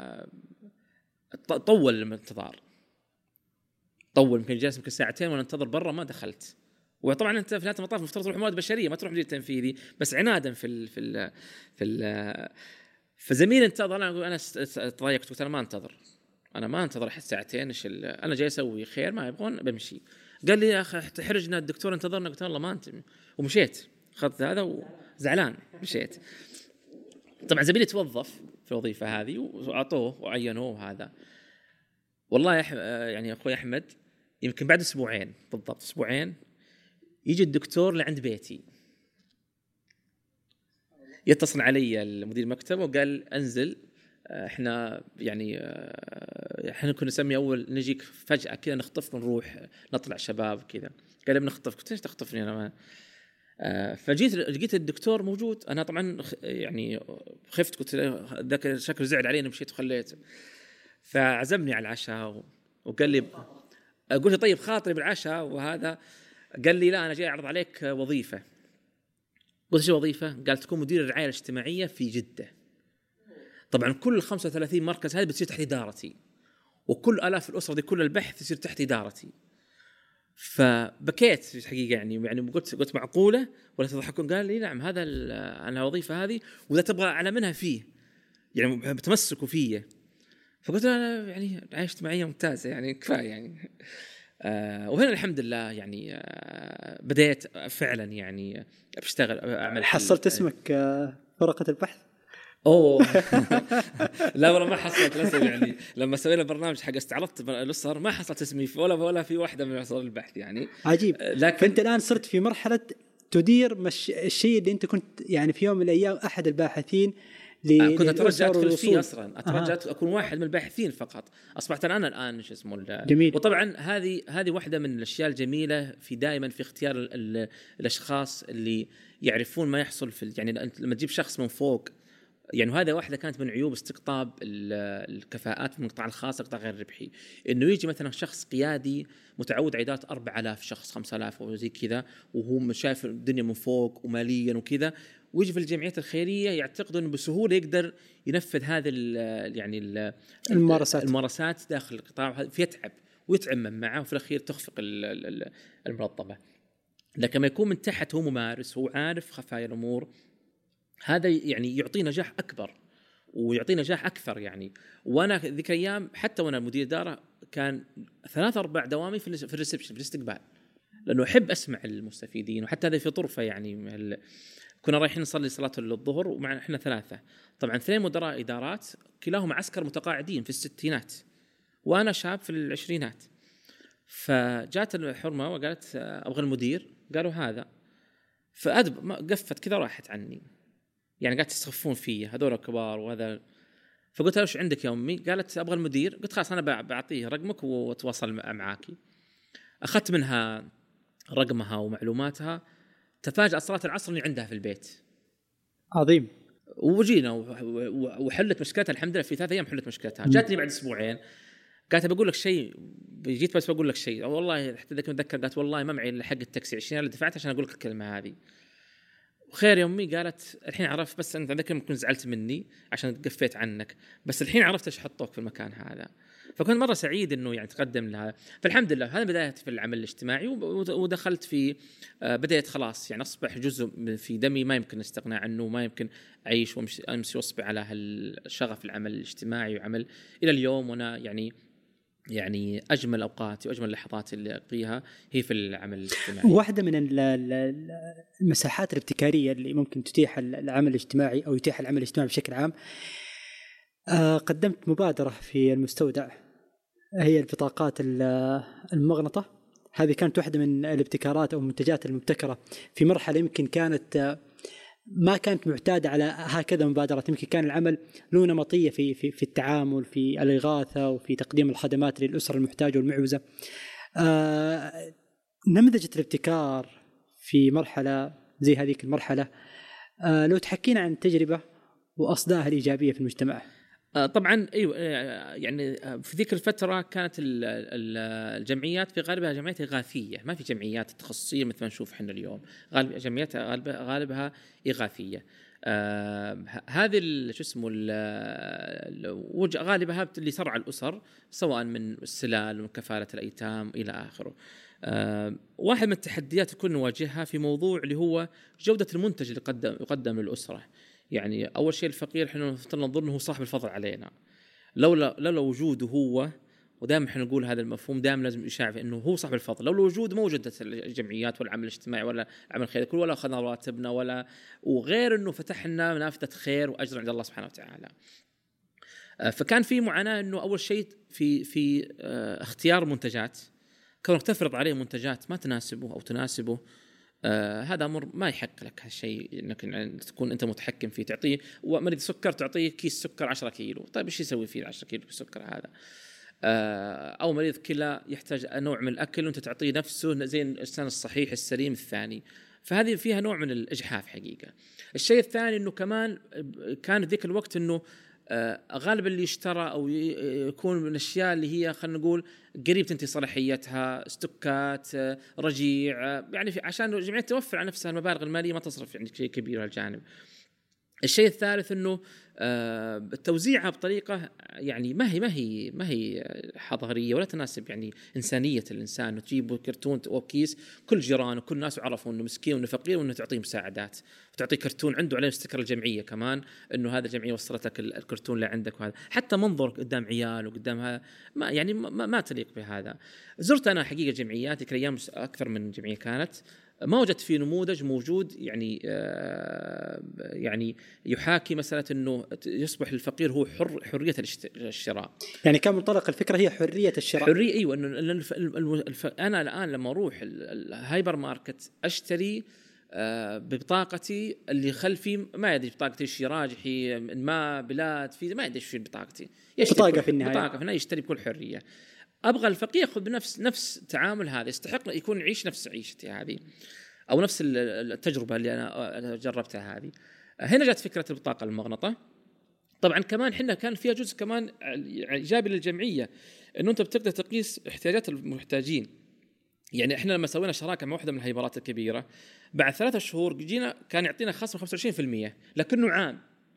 [SPEAKER 2] طول الانتظار، طول يمكن جلس يمكن ساعتين وانا انتظر برا ما دخلت. وطبعا انت في نهايه المطاف مفترض تروح مواد بشريه ما تروح مدير تنفيذي، بس عنادا في ال في ال في ال فزميلي انتظر. انا اقول انا تضايقت قلت انا ما انتظر، انا ما انتظر حتى ساعتين، ايش انا جاي اسوي خير ما يبغون بمشي. قال لي يا اخي تحرجنا الدكتور انتظرنا. قلت والله ما انت، ومشيت اخذت هذا وزعلان مشيت. طبعا زميلي توظف في الوظيفه هذه واعطوه وعينوه هذا. والله يعني اخوي احمد يمكن بعد اسبوعين بالضبط اسبوعين يجي الدكتور لعند بيتي، يتصل علي المدير المكتب وقال انزل احنا يعني احنا كنا نسمي اول نجيك فجأة كذا نخطف ونروح نطلع شباب كذا. قال بنخطف. قلت ليش تخطفني انا ما فجيت لقيت الدكتور موجود. انا طبعا يعني خفت قلت ذاك شكله زعل علينا مشيت وخليته. فعزمني على العشاء وقال لي قلت طيب خاطري بالعشاء وهذا. قال لي لا انا جاي اعرض عليك وظيفه. قلت شو وظيفه؟ قال تكون مدير الرعايه الاجتماعيه في جده. طبعا كل خمسة وثلاثين مركز هذه بتصير تحت ادارتي، وكل الاف الاسر دي كل البحث يصير تحت ادارتي. فبكيت في الحقيقه يعني يعني قلت قلت معقوله ولا تضحكون؟ قال لي نعم هذا انا الوظيفه هذه واذا تبغى اعلى منها فيه يعني بتمسكوا فيه. فقلت انا يعني رعايه اجتماعيه ممتازه يعني كفايه يعني. آه وهنا الحمد لله يعني آه بديت فعلا يعني بشتغل اعمل.
[SPEAKER 1] حصلت اسمك آه ورقه البحث؟
[SPEAKER 2] اوه لا والله ما حصلت لسه يعني. لما سوينا برنامج حق استعرضت الاسر ما حصلت اسمي في ولا ولا في واحده من عناصر البحث يعني.
[SPEAKER 1] عجيب. لكن فانت الان صرت في مرحله تدير مش الشيء اللي انت كنت يعني في يوم من الايام احد الباحثين
[SPEAKER 2] ل... كنت اترجى ادخل فيه اصلا اترجى أه. اكون واحد من الباحثين فقط. اصبحت انا الان ايش اسمه
[SPEAKER 1] جميل.
[SPEAKER 2] وطبعا هذه هذه واحده من الاشياء الجميله في دائما في اختيار ال... ال... الاشخاص اللي يعرفون ما يحصل في يعني لما تجيب شخص من فوق يعني. وهذا واحدة كانت من عيوب استقطاب الكفاءات في القطاع الخاص القطاع غير ربحي، إنه يجي مثلا شخص قيادي متعود على إدارة أربعة آلاف شخص خمسة آلاف أو زي كذا وهو شايف الدنيا من فوق وماليا وكذا، ويجي في الجمعيات الخيرية يعتقد إنه بسهولة يقدر ينفذ هذه ال يعني ال
[SPEAKER 1] الممارسات
[SPEAKER 2] الممارسات داخل القطاع، فيتعب ويتعب من معه وفي الأخير تخفق المنظمة. لكن ما يكون من تحت هو ممارس هو عارف خفايا الأمور هذا يعني يعطي نجاح اكبر ويعطي نجاح اكثر يعني. وانا ذيك الايام حتى وانا مدير اداره كان ثلاث اربع دوامي في في الريسبشن في الاستقبال، لانه احب اسمع المستفيدين. وحتى هذا في طرفه يعني كنا رايحين نصلي صلاه الظهر ومعنا احنا ثلاثه، طبعا اثنين مدراء ادارات كلاهم عسكر متقاعدين في الستينات وانا شاب في العشرينات. فجات الحرمه وقالت ابغى المدير، قالوا هذا، فأدب قفت كذا راحت عني، يعني قاعد تستخفون فيه هذول كبار وهذا. فقلت لها وش عندك يا أمي؟ قالت أبغى المدير. قلت خلاص أنا بعطيه رقمك وتواصل معاكي. أخذت منها رقمها ومعلوماتها، تفاجأ صلاة العصر اللي عندها في البيت.
[SPEAKER 1] عظيم.
[SPEAKER 2] وجينا وحلت مشكلتها الحمد لله في ثلاث أيام حلت مشكلتها. جاتني بعد أسبوعين قالت بقول لك شيء، جيت بس بقول لك شيء والله حتى ذاك متذكر، قالت والله ما معي حق التاكسي عشرين اللي دفعت عشان أقول لك الكلمة هذه. وخير يا أمي، قالت الحين عرفت، بس أنت ذاك ممكن زعلت مني عشان تقفيت عنك، بس الحين عرفت إيش حطوك في المكان هذا. فكنت مرة سعيد إنه يعني تقدم لها. فالحمد لله هذا بدايتي في العمل الاجتماعي، ودخلت في بداية خلاص يعني أصبح جزء في دمي ما يمكن استغنى عنه، ما يمكن أعيش وأمشي وأصبح على هالشغف العمل الاجتماعي وعمل إلى اليوم. وأنا يعني يعني أجمل أوقاتي وأجمل اللحظات اللي أقضيها هي في العمل الاجتماعي.
[SPEAKER 1] واحدة من المساحات الابتكارية اللي ممكن تتيح العمل الاجتماعي أو يتيح العمل الاجتماعي بشكل عام، قدمت مبادرة في المستودع هي البطاقات المغنطة. هذه كانت واحدة من الابتكارات أو المنتجات المبتكرة في مرحلة يمكن كانت ما كانت معتادة على هكذا مبادرات. يمكن كان العمل له نمطية في في في التعامل في الإغاثة وفي تقديم الخدمات للأسر المحتاجة والمعوزة. آه نمذجة الابتكار في مرحلة زي هذه المرحلة، آه لو تحكينا عن تجربة وأصداءها الإيجابية في المجتمع.
[SPEAKER 2] طبعا ايوه، يعني في ذيك الفتره كانت الجمعيات في غالبها جمعيات اغاثيه، ما في جمعيات تخصصيه مثل ما نشوف احنا اليوم. غالب جمعيات غالبها, غالبها اغاثيه. آه هذه شو اسمه غالبها اللي سرع الاسر، سواء من السلال ومن كفاله الايتام الى اخره. آه واحد من التحديات تكون نواجهها في موضوع اللي هو جوده المنتج اللي يقدم يقدم للاسره. يعني أول شيء الفقير إحنا نظن هو صاحب الفضل علينا، لولا لولا وجوده هو، ودائما إحنا نقول هذا المفهوم دائما لازم يشاع إنه هو صاحب الفضل. لولا وجوده ما وجدت الجمعيات والعمل الاجتماعي ولا العمل الخيري كله، ولا أخذنا رواتبنا ولا، وغير إنه فتحنا نافذة خير وأجر عند الله سبحانه وتعالى. فكان في معاناة إنه أول شيء في في اختيار منتجات، كونك تفرض عليه منتجات ما تناسبه أو تناسبه، آه هذا أمر ما يحق لك هالشيء إنك تكون أنت متحكم فيه. تعطيه مريض سكر تعطيه كيس سكر عشرة كيلو، طيب إيش يسوي فيه عشرة كيلو سكر هذا؟ آه أو مريض كلى يحتاج نوع من الأكل وأنت تعطيه نفسه زي الإنسان الصحيح السليم الثاني. فهذه فيها نوع من الإجحاف حقيقة. الشيء الثاني إنه كمان كان ذيك الوقت إنه آه غالب اللي يشترى أو يكون من الأشياء اللي هي خلينا نقول قريب تنتهي صلاحيتها، استوكات، آه رجيع، آه يعني في عشان الجمعية توفر على نفسها المبالغ المالية ما تصرف يعني شيء كبير هالجانب. الشيء الثالث إنه آه توزيعها بطريقة يعني ما هي ما هي ما هي حضارية ولا تناسب يعني إنسانية الإنسان. إنه تجيب كرتون أو كيس كل جيران وكل الناس عرفوا إنه مسكين وإنه فقير وإنه تعطيه مساعدات، وتعطيه كرتون عنده عليه استكر الجمعية كمان إنه هذا الجمعية وصلتك الكرتون اللي عندك. وهذا حتى منظرك قدام عيال وقدامها ما يعني ما, ما تليق بهذا. زرت أنا حقيقة جمعيات ذيك الأيام أكثر من جمعية كانت، ما وجدت في نموذج موجود يعني آه يعني يحاكي مسألة إنه يصبح الفقير هو حر حرية الشراء.
[SPEAKER 1] يعني كان منطلق الفكرة هي حرية الشراء.
[SPEAKER 2] حرية أيوة. إنه الف... الف... أنا الآن لما أروح الهايبر ماركت أشتري آه ببطاقتي اللي خلفي ما يدري بطاقتي إيش راجحي ما بلاد في ما يدري إيش بطاقتي،
[SPEAKER 1] بطاقة في النهاية
[SPEAKER 2] بطاقة في النهاية يشتري بكل حرية. أبغى الفقير يأخذ بنفس نفس تعامل هذا، يستحق يكون يعيش نفس عيشتي هذه أو نفس التجربة اللي أنا جربتها هذه. هنا جت فكرة البطاقة المغناطة. طبعا كمان حنا كان فيها جزء كمان إيجابي للجمعية، إنه أنت بتقدر تقيس احتياجات المحتاجين. يعني إحنا لما سوينا شراكة مع واحدة من الهيبرات الكبيرة بعد ثلاثة شهور جينا كان يعطينا خصم خمسة وعشرين بالمئة لكنه عام.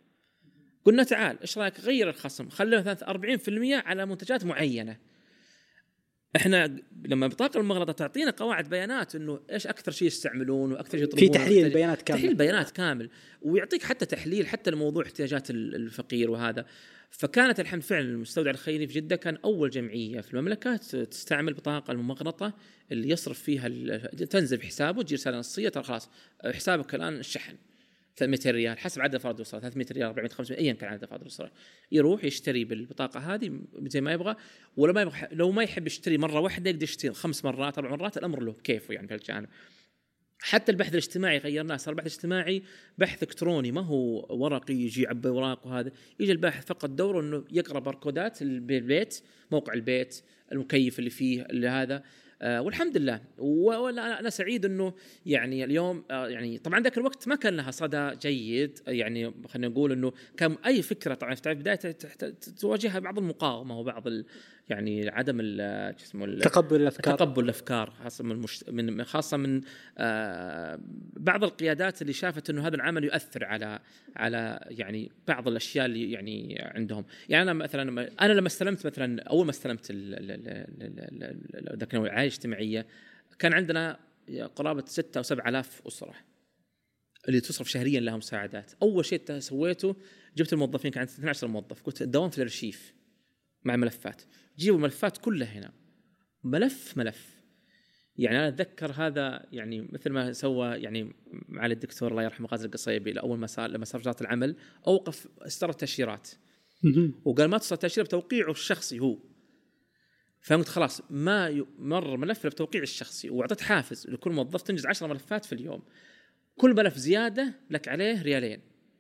[SPEAKER 2] قلنا تعال إيش رأيك غير الخصم خلينا أربعين بالمئة على منتجات معينة. احنا لما بطاقه المغناطه تعطينا قواعد بيانات انه ايش اكثر شيء يستعملون واكثر شيء يطلبون،
[SPEAKER 1] في تحليل البيانات كامل،
[SPEAKER 2] تحليل بيانات كامل، ويعطيك حتى تحليل حتى لموضوع احتياجات الفقير وهذا. فكانت الحمد فعلا المستودع الخيري في جدة كان أول جمعية في المملكة تستعمل بطاقة الممغنطة اللي يصرف فيها، تنزل في حسابه تجي رسالة نصية ترى خلاص حسابك الآن الشحن ثلاثمية ريال حسب عدد افراد الاسره، ثلاثمية ريال أربعمية خمسمية ايا كان عدد افراد الاسره، يروح يشتري بالبطاقه هذه زي ما يبغى، ولا ما يبغى لو ما يحب يشتري مره واحده يقدر يشتري خمس مرات اربع مرات، الامر له كيفه يعني في الجانب. حتى البحث الاجتماعي غيرناه، صار البحث الاجتماعي بحث الكتروني ما هو ورقي يجي يعبي اوراق، وهذا يجي الباحث فقط دوره انه يقرا باركودات البيت، موقع البيت، المكيف اللي فيه اللي هذا. آه والحمد لله، وانا انا سعيد انه يعني اليوم آه يعني طبعا ذاك الوقت ما كان لها صدى جيد، يعني خلينا نقول انه كان اي فكره طبعا في بدايه تواجهها بعض المقاومه وبعض يعني عدم اسمه
[SPEAKER 1] تقبل الافكار،
[SPEAKER 2] تقبل الافكار خاصه من, مش من خاصه من آه بعض القيادات اللي شافت انه هذا العمل يؤثر على على يعني بعض الاشياء اللي يعني عندهم. يعني انا مثلا انا لما استلمت مثلا اول ما استلمت ذاك الرعايه الاجتماعيه كان عندنا قرابه ستة أو سبعة آلاف اسره اللي تصرف شهريا لها مساعدات. اول شيء سويته جبت الموظفين، كان عندي اثني عشر موظف، كنت الدوام في الارشيف مع ملفات، جيبوا الملفات كلها هنا ملف ملف. يعني أنا أتذكر هذا يعني مثل ما سوى يعني معالي الدكتور الله يرحمه غازي القصيبي لأول ما صار لما صار وزارة العمل أوقف استر التأشيرات وقال ما تصل التأشيرة بتوقيعه الشخصي هو. فقلت خلاص ما مر ملف بتوقيع الشخصي، وأعطيت حافز لكل موظف تنجز عشر ملفات في اليوم، كل ملف زيادة لك عليه ريالين،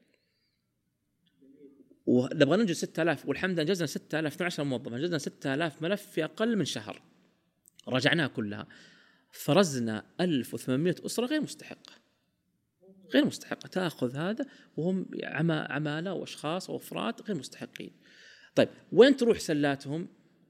[SPEAKER 2] ونبغى ننجز ستة آلاف، والحمد لله انجزنا ستة آلاف، اثني عشر موظف انجزنا ستة آلاف ملف في أقل من شهر، راجعناها كلها، فرزنا ألف وثمانمائة أسرة غير مستحقة غير مستحقة تأخذ هذا، وهم عمالة وأشخاص وأفراد غير مستحقين. طيب وين تروح سلاتهم؟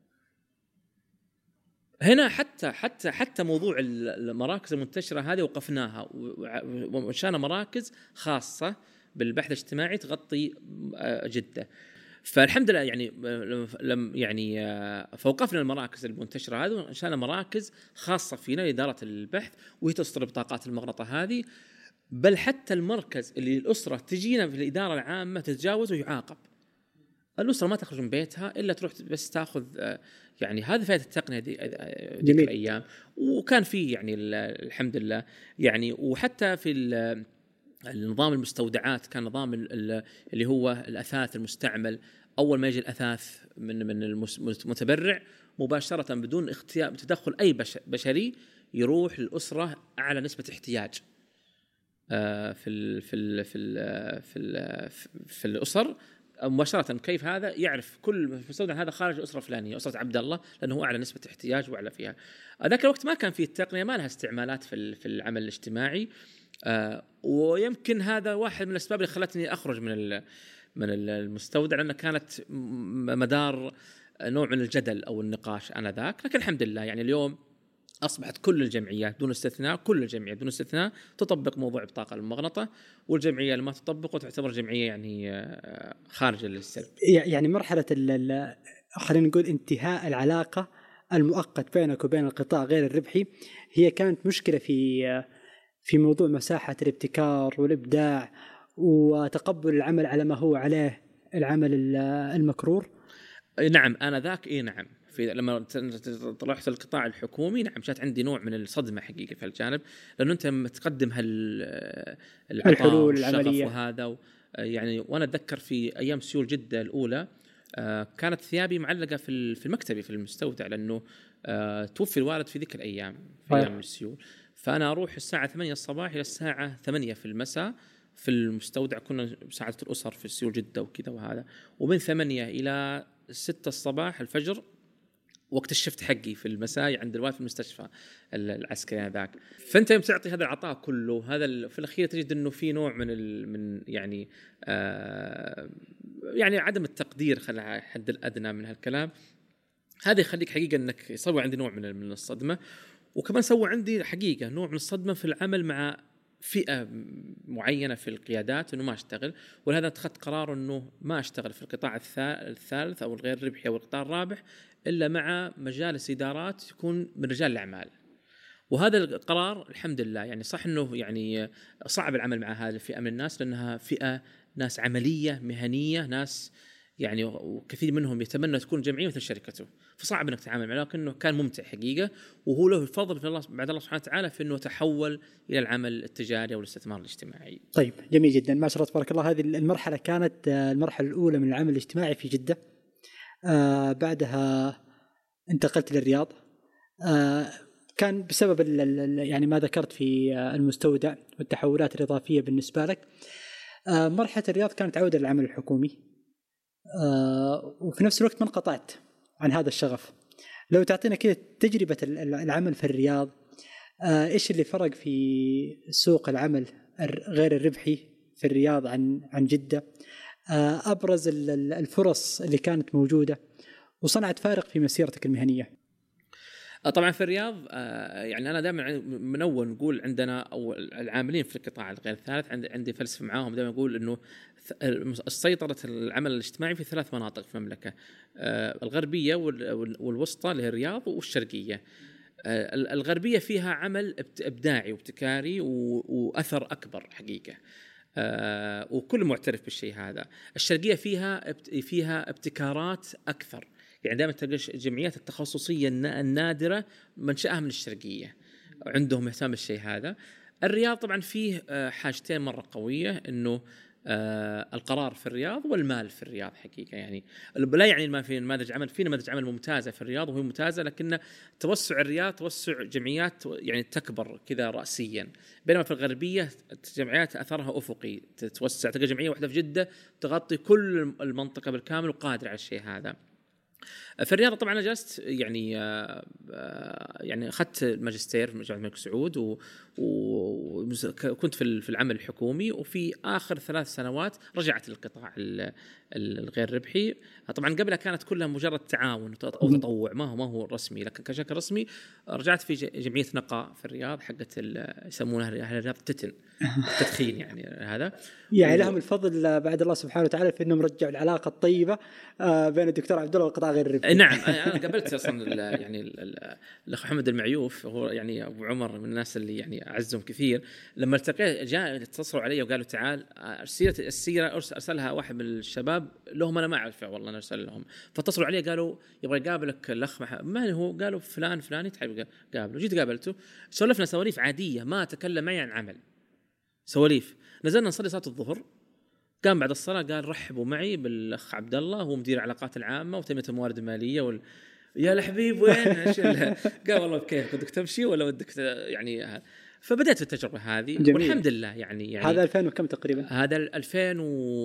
[SPEAKER 2] هنا حتى حتى حتى موضوع المراكز المنتشرة هذه وقفناها وانشأنا مراكز خاصة بالبحث الاجتماعي تغطي جدة. فالحمد لله يعني لم يعني فوقفنا المراكز المنتشرة هذه وانشأنا مراكز خاصة فينا لإدارة البحث، وهي تصدر بطاقات المغناطة هذه. بل حتى المركز اللي الأسرة تجينا في الإدارة العامة تتجاوز ويعاقب. الأسرة ما تخرج من بيتها إلا تروح بس تأخذ، يعني هذا فائدة التقنية دي ذيك الأيام. وكان فيه يعني الحمد لله يعني، وحتى في النظام المستودعات كان نظام اللي هو الأثاث المستعمل، أول ما يجي الأثاث من من المتبرع مباشرة بدون اختيار تدخل أي بشري يروح للأسرة على نسبة احتياج في ال في ال في ال في ال في الأسر مباشرة. كيف هذا؟ يعرف كل مستودع هذا خارج الأسرة الفلانية، أسرة عبد الله، لأنه هو أعلى نسبة احتياج وأعلى فيها. ذاك الوقت ما كان فيه التقنية، ما لها استعمالات في في العمل الاجتماعي. آه ويمكن هذا واحد من الأسباب اللي خلتني أخرج من من المستودع، لأنها كانت مدار نوع من الجدل أو النقاش آنذاك. لكن الحمد لله يعني اليوم أصبحت كل الجمعيات دون استثناء كل الجمعيات دون استثناء تطبق موضوع البطاقة المغناطة، والجمعية اللي ما تطبقه تعتبر جمعية يعني خارجة للسلب.
[SPEAKER 1] يعني مرحلة خلينا نقول انتهاء العلاقة المؤقت بينك وبين القطاع غير الربحي هي كانت مشكلة في في موضوع مساحة الابتكار والإبداع وتقبل العمل على ما هو عليه العمل المكرور.
[SPEAKER 2] نعم أنا ذاك إيه نعم في لما طلعت القطاع الحكومي نعم شات عندي نوع من الصدمة حقيقة في الجانب، لأنه أنت تقدم
[SPEAKER 1] هالحلول العملية
[SPEAKER 2] وهذا يعني. وأنا أتذكر في أيام سيول جدة الأولى كانت ثيابي معلقة في في المكتبي في المستودع، لأنه توفي الوالد في ذيك الأيام في أيام السيول، فأنا أروح الساعة ثمانية الصباح إلى الساعة ثمانية في المساء في المستودع، كنا مساعدة الأسر في السيول جدة وكذا وهذا، ومن ثمانية إلى ستة الصباح الفجر وقت الشفت حقي في المساء عند الوالد في المستشفى العسكري هذاك. فأنت يوم تعطي هذا العطاء كله هذا في الأخير تجد إنه في نوع من ال من يعني آه يعني عدم التقدير خلى حد الأدنى من هالكلام هذا يخليك حقيقة إنك يسوي عندي نوع من من الصدمة، وكمان سوى عندي حقيقة نوع من الصدمة في العمل مع فئة معينة في القيادات أنه ما أشتغل، ولهذا اتخذت قرار أنه ما أشتغل في القطاع الثالث أو الغير ربحي أو القطاع الرابح إلا مع مجالس إدارات يكون من رجال الأعمال. وهذا القرار الحمد لله يعني صح أنه يعني صعب العمل مع هذه الفئة من الناس، لأنها فئة ناس عملية مهنية، ناس يعني وكثير منهم يتمنى تكون جمعية مثل شركته، فصعب انك تتعامل معه، لكنه كان ممتع حقيقة، وهو له الفضل في الله بعد الله سبحانه وتعالى في انه تحول الى العمل التجاري او الاستثمار الاجتماعي.
[SPEAKER 1] طيب جميل جدا، ما شاء الله تبارك الله. هذه المرحلة كانت المرحلة الأولى من العمل الاجتماعي في جدة. آه بعدها انتقلت للرياض. آه كان بسبب يعني ما ذكرت في المستودع والتحولات الإضافية بالنسبة لك. آه مرحلة الرياض كانت عودة للعمل الحكومي، آه وفي نفس الوقت ما انقطعت عن هذا الشغف. لو تعطينا كده تجربة العمل في الرياض، آه إيش اللي فرق في سوق العمل غير الربحي في الرياض عن عن جدة؟ آه أبرز الفرص اللي كانت موجودة وصنعت فارق في مسيرتك المهنية.
[SPEAKER 2] طبعا في الرياض يعني أنا دائما من أول نقول عندنا أو العاملين في القطاع الغير الثالث عندي عندي فلسفة معاهم، دائما أقول إنه السيطرة العمل الاجتماعي في ثلاث مناطق في المملكة: الغربية والوسطى اللي هي الرياض، والشرقية. الغربية فيها عمل إبداعي وابتكاري وأثر أكبر حقيقة، وكل معترف بالشيء هذا. الشرقية فيها فيها ابتكارات أكثر، يعني دائما تلقى الجمعيات التخصصية النادرة منشأها من الشرقية، عندهم اهتمام بالشيء هذا. الرياض طبعا فيه حاجتين مرة قوية، إنه القرار في الرياض والمال في الرياض حقيقة. يعني لا يعني ما في نماذج عمل، في نماذج عمل ممتازة في الرياض وهي ممتازة، لكن توسع الرياض توسع جمعيات يعني تكبر كذا رأسيا، بينما في الغربية جمعيات أثرها أفقي تتوسع، تلقى جمعية واحدة في جدة تغطي كل المنطقة بالكامل وقادرة على الشيء هذا. في الرياض طبعا أنا جلست يعني يعني أخذت ماجستير في جامعة الملك سعود، وكنت في العمل الحكومي، وفي آخر ثلاث سنوات رجعت للقطاع الغير ربحي. طبعا قبلها كانت كلها مجرد تعاون أو تطوع، ما هو ما هو رسمي، لكن كشكل رسمي رجعت في جمعية نقاء في الرياض حقت يسمونها أهل الرياض تتن التدخين يعني هذا
[SPEAKER 1] يعني و... لهم الفضل بعد الله سبحانه وتعالى في انهم رجعوا العلاقه الطيبه بين الدكتور عبد الله والقطاع غير الربحي.
[SPEAKER 2] نعم انا قابلت اصلا يعني الاخ محمد المعيوف، هو يعني ابو عمر من الناس اللي يعني اعزهم كثير. لما التقيت جاء اتصلوا علي وقالوا تعال السيره السيره ارسلها واحد من الشباب لهم انا ما اعرفه والله انا ارسل لهم، فاتصلوا علي قالوا يبغى يقابلك الاخ مح... ما هو قالوا فلان فلان تحب قابله. جيت قابلته سولفنا سواليف عاديه، ما تكلم معي عن عمل، سواليف. نزلنا نصلي صلاة الظهر، قام بعد الصلاة قال رحبوا معي بالأخ عبد الله، هو مدير العلاقات العامة وتنمية الموارد المالية وال... يا الحبيب وين قال والله كيف بدك تمشي ولا بدك يعني. فبدأت التجربة هذه جميل. والحمد لله يعني, يعني
[SPEAKER 1] هذا ألفين وكم تقريبا؟
[SPEAKER 2] هذا ألفين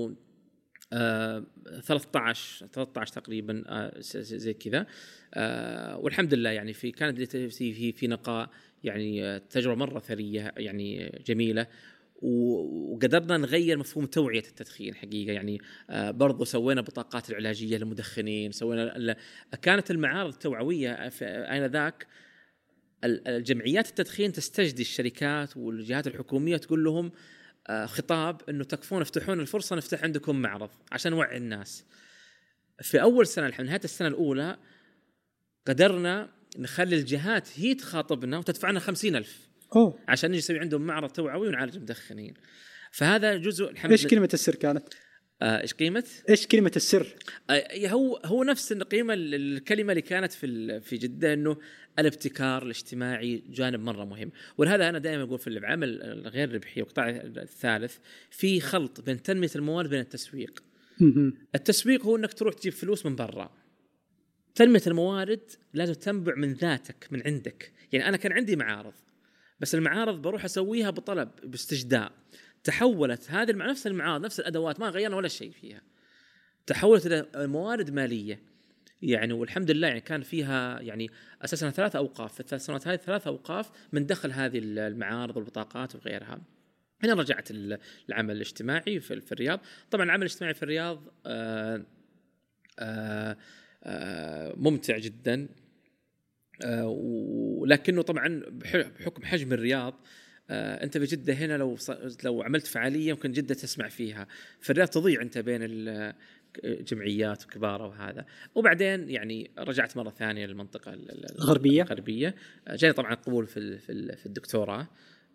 [SPEAKER 2] وثلاثة عشر تقريبا زي كذا. والحمد لله يعني في كانت في في نقاء يعني تجربة مرة ثرية يعني جميلة، وقدرنا نغير مفهوم توعية التدخين حقيقة. يعني برضو سوينا بطاقات العلاجية للمدخنين، سوينا كانت المعارض التوعوية آنذاك. الجمعيات التدخين تستجدي الشركات والجهات الحكومية تقول لهم خطاب إنه تكفون افتحون الفرصة نفتح عندكم معرض عشان نوعي الناس. في أول سنة لحد نهاية السنة الأولى قدرنا نخلي الجهات هي تخاطبنا وتدفعنا خمسين ألف أوه. عشان نسوي عندهم معرض توعوي ونعالج المدخنين. فهذا جزء الحمد.
[SPEAKER 1] إيش كلمة السر كانت؟
[SPEAKER 2] آه إيش قيمة؟
[SPEAKER 1] إيش كلمة السر؟
[SPEAKER 2] آه هو هو نفس القيمة الكلمة اللي كانت في في جدة، إنه الابتكار الاجتماعي جانب مرة مهم. ولهذا أنا دائما أقول في العمل الغير ربحي والقطاع الثالث في خلط بين تنمية الموارد بين التسويق. التسويق هو إنك تروح تجيب فلوس من برا. تنمية الموارد لازم تنبع من ذاتك من عندك. يعني أنا كان عندي معارض، بس المعارض بروح أسويها بطلب باستجداء. تحولت هذه مع نفس المعارض نفس الأدوات ما غيرنا ولا شيء فيها، تحولت إلى موارد مالية يعني. والحمد لله يعني كان فيها يعني أساسا ثلاثة أوقاف في الثلاث سنوات هذه، ثلاثة أوقاف من دخل هذه المعارض والبطاقات وغيرها. هنا رجعت العمل الاجتماعي في الرياض. طبعا العمل الاجتماعي في الرياض آآ آآ آآ ممتع جدا، ولكنه طبعا بحكم حجم الرياض آه انت بجده هنا لو لو عملت فعاليه يمكن جده تسمع فيها، في الرياض تضيع انت بين الجمعيات وكبارها وهذا. وبعدين يعني رجعت مره ثانيه للمنطقه
[SPEAKER 1] الغربيه
[SPEAKER 2] الغربيه جاني طبعا قبول في في الدكتوراه.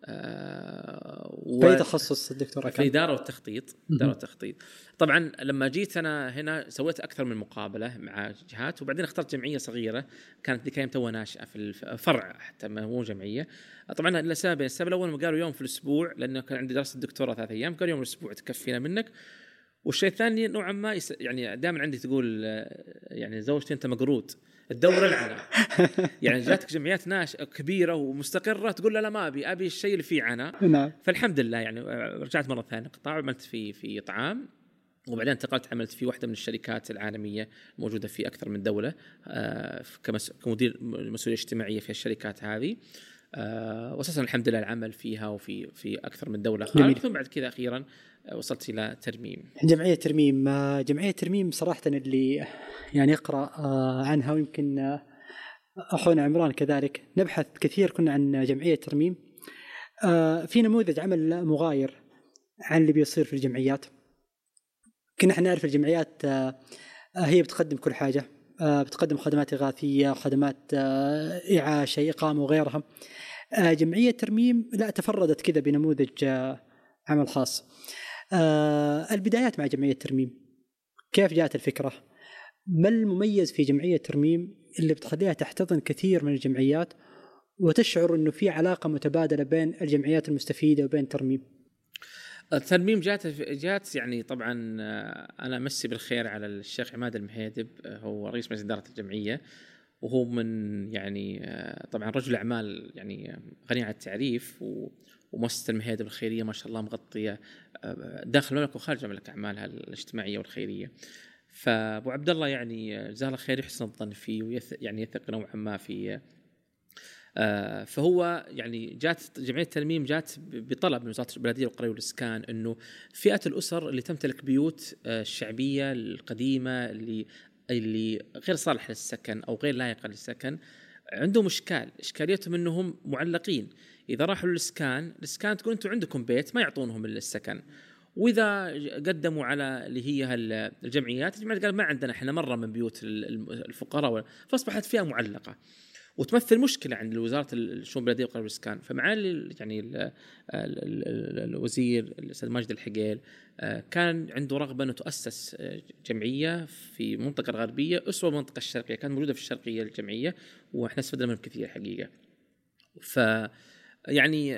[SPEAKER 1] آه في تخصص الدكتوراه
[SPEAKER 2] في إدارة والتخطيط. إدارة والتخطيط. طبعا لما جيت أنا هنا سويت أكثر من مقابلة مع جهات، وبعدين اخترت جمعية صغيرة كانت ذيك أيام توها ناشئة في الفرع حتى ما هو جمعية. طبعا السبب السبب الأول ما قالوا يوم في الأسبوع، لأنه كان عندي دراسة الدكتوراه ثلاث أيام، قالوا يوم الأسبوع تكفينا منك. والشيء الثاني نوعا ما يس... يعني دائما عندي تقول يعني زوجتي أنت مقرود الدورة العنى. يعني جاتك جمعيات ناشئة كبيرة ومستقرة تقول لا لا ما أبي أبي الشيء اللي فيه عنى.
[SPEAKER 1] نعم.
[SPEAKER 2] فالحمد لله يعني رجعت مرة ثانية قطاع، عملت في في طعام، وبعدين انتقلت عملت في واحدة من الشركات العالمية موجودة في أكثر من دولة كمدير مسؤولية اجتماعية في الشركات هذه. وأساسا الحمد لله العمل فيها وفي في أكثر من دولة خارج. ثم بعد كذا أخيرا وصلت إلى ترميم.
[SPEAKER 1] جمعية ترميم جمعية ترميم صراحة اللي يعني يقرأ عنها، ويمكن أخونا عمران كذلك نبحث كثير كنا عن جمعية ترميم. في نموذج عمل مغاير عن اللي بيصير في الجمعيات. كنا احنا نعرف الجمعيات هي بتقدم كل حاجة، بتقدم خدمات إغاثية، خدمات إعاشة، إقامة وغيرها. جمعية ترميم لا تفردت كذا بنموذج عمل خاص. البدايات مع جمعية ترميم، كيف جاءت الفكرة؟ ما المميز في جمعية ترميم اللي بتخليها تحتضن كثير من الجمعيات وتشعر أنه في علاقة متبادلة بين الجمعيات المستفيدة وبين ترميم؟
[SPEAKER 2] الترميم جات جات يعني طبعا أنا أمسي بالخير على الشيخ عماد المهيدب، هو رئيس مجلس إدارة الجمعية، وهو من يعني طبعا رجل أعمال يعني غني عن التعريف، ومؤسسة المهيدب الخيرية ما شاء الله مغطية داخل المملكة وخارج المملكة أعمالها الاجتماعية والخيرية. فأبو عبد الله يعني جزاه الله خير يحسن الظن فيه ويثق يعني يثق نوعا ما في. آه فهو يعني جات جمعية الترميم جات بطلب من وزارة البلدية والقرية والإسكان إنه فئة الأسر اللي تمتلك بيوت آه الشعبية القديمة اللي اللي غير صالحة للسكن أو غير لايقة للسكن عندهم إشكال إشكاليتهم إنهم معلقين. إذا راحوا للإسكان الإسكان تقول أنتم عندكم بيت ما يعطونهم السكن، وإذا قدموا على اللي هي الجمعيات الجمعيات قال ما عندنا إحنا مرة من بيوت الفقراء، فأصبحت فيها معلقة وتمثل مشكلة عند وزارة الشؤون البلدية والقرى والإسكان. فمعالي يعني ال ال ال الوزير الأستاذ ماجد الحقيل كان عنده رغبة أنه تؤسس جمعية في المنطقة الغربية أسوة المنطقة الشرقية، كانت موجودة في الشرقية الجمعية وإحنا استفدنا منهم كثير حقيقة. ف يعني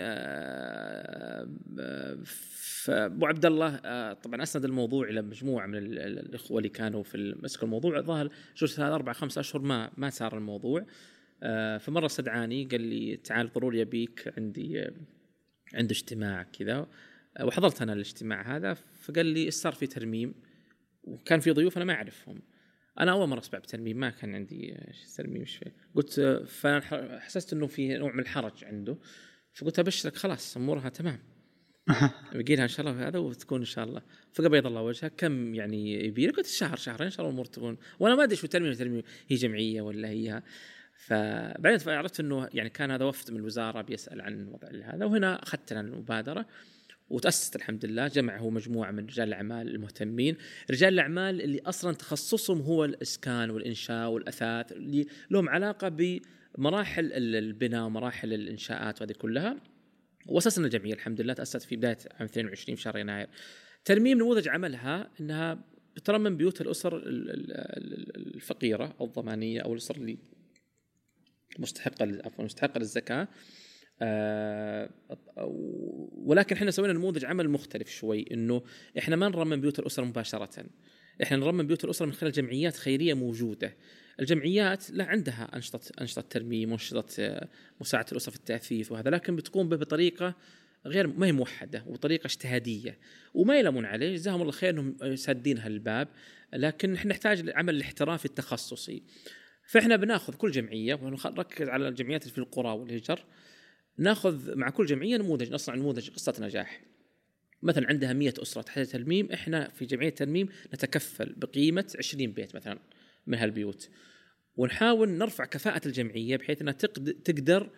[SPEAKER 2] فأبو عبد الله طبعا أسند الموضوع إلى مجموعة من الإخوة اللي كانوا في مسك الموضوع. ظهر جلسة هذا أربع خمس أشهر ما ما صار الموضوع. فمرة استدعاني قال لي تعال ضروري أبيك عندي عنده اجتماع كذا، وحضرت أنا الاجتماع هذا. فقال لي صار في ترميم وكان في ضيوف أنا ما أعرفهم، أنا أول مرة أسمع بترميم ما كان عندي ترميم مش فيه. قلت فحسست إنه في نوع من الحرج عنده، فقلت أبشرك خلاص أمورها تمام بقيلها إن شاء الله هذا وتكون إن شاء الله. فقبيض الله وجهك كم يعني يبيلك؟ قلت الشهر شهرين إن شاء الله الأمور تكون، وأنا ما أدري شو ترميم ترميم هي جمعية ولا هي. فبعدين عرفت إنه يعني كان هذا وفد من الوزارة بيسأل عن وضع هذا، وهنا أخذتنا المبادرة وتأسست الحمد لله. جمع هو مجموعة من رجال الأعمال المهتمين، رجال الأعمال اللي أصلاً تخصصهم هو الإسكان والإنشاء والأثاث اللي لهم علاقة بمراحل البناء ومراحل الإنشاءات وهذه كلها. وأسسنا الجمعية الحمد لله تأسست في بداية عام اثنين وعشرين في شهر يناير. ترميم نموذج عملها إنها بترمم بيوت الأسر الفقيرة أو الضمانية أو الأسر اللي مستحقة عفوا مستحقة للزكاة. أه ولكن احنا سوينا نموذج عمل مختلف شوي، انه احنا ما نرمم بيوت الاسره مباشره، احنا نرمم بيوت الاسره من خلال جمعيات خيريه موجوده. الجمعيات لا عندها انشطه انشطه ترميم وانشطه مساعده الاسره في التاثيث وهذا، لكن بتقوم به بطريقه غير ما هي موحده وطريقه اجتهاديه وما يلامون عليه، جزاهم الله خير انهم سادين هالباب. لكن احنا نحتاج العمل الاحترافي التخصصي. فإحنا بناخذ كل جمعية ونركز على الجمعيات في القرى والهجر، ناخذ مع كل جمعية نموذج، نصنع نموذج قصة نجاح. مثلا عندها مية أسرة تحت ترميم، إحنا في جمعية ترميم نتكفل بقيمة عشرين بيت مثلا من هالبيوت، ونحاول نرفع كفاءة الجمعية بحيث أنها تقدر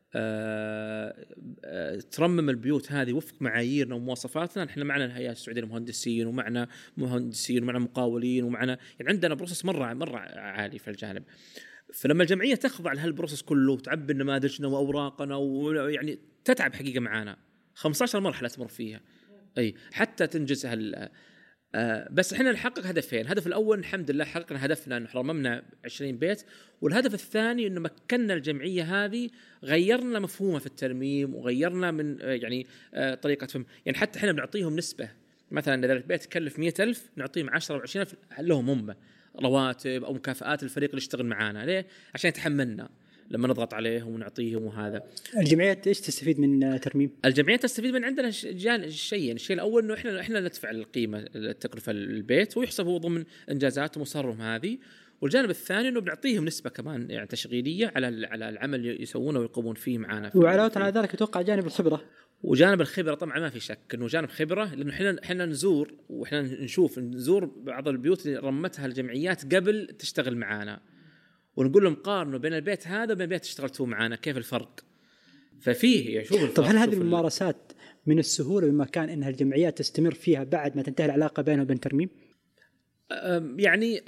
[SPEAKER 2] آه، آه، ترمم البيوت هذه وفق معاييرنا ومواصفاتنا. احنا معنا الهيئات السعوديه للمهندسين، ومعنا مهندسين، ومعنا مقاولين، ومعنا يعني عندنا بروسس مره مره عالي في الجانب. فلما الجمعيه تخضع لهالبروسس كله وتعبي نماذجنا واوراقنا ويعني تتعب حقيقه معانا خمسة عشر مرحله تمر فيها اي حتى تنجز هال آه بس احنا نحقق هدفين. الهدف الاول الحمد لله حققنا هدفنا انه رممنا عشرين بيت، والهدف الثاني انه مكننا الجمعيه هذه، غيرنا مفهومها في الترميم، وغيرنا من آه يعني آه طريقه فهم. يعني حتى احنا بنعطيهم نسبه، مثلا اذا البيت يكلف مئة ألف نعطيهم عشرة أو عشرين ألف لهم هم رواتب او مكافآت الفريق اللي يشتغل معانا. ليه؟ عشان يتحملنا لما نضغط عليهم ونعطيهم. وهذا
[SPEAKER 1] الجمعيات ايش تستفيد من ترميم؟
[SPEAKER 2] الجمعيات تستفيد من عندنا الشيئين. الشيء الاول انه احنا احنا ندفع القيمه التكلفه البيت ويحسب هو ضمن انجازاتهم وصرهم هذه، والجانب الثاني انه بنعطيهم نسبه كمان يعني تشغيليه على على العمل اللي يسوونه ويقومون فيه معنا.
[SPEAKER 1] وعلاوه على ذلك اتوقع جانب الخبره،
[SPEAKER 2] وجانب الخبره طبعا ما في شك انه جانب خبره، لانه احنا احنا نزور واحنا نشوف نزور بعض البيوت اللي رمتها الجمعيات قبل تشتغل معنا، ونقول لهم قارنوا بين البيت هذا وبين البيت اشتغلتوه معنا كيف الفرق. ففيه يشوف الفرق.
[SPEAKER 1] طب هل هذه الممارسات من السهوله بمكان انها الجمعيات تستمر فيها بعد ما تنتهي العلاقه بينها وبين ترميم؟
[SPEAKER 2] يعني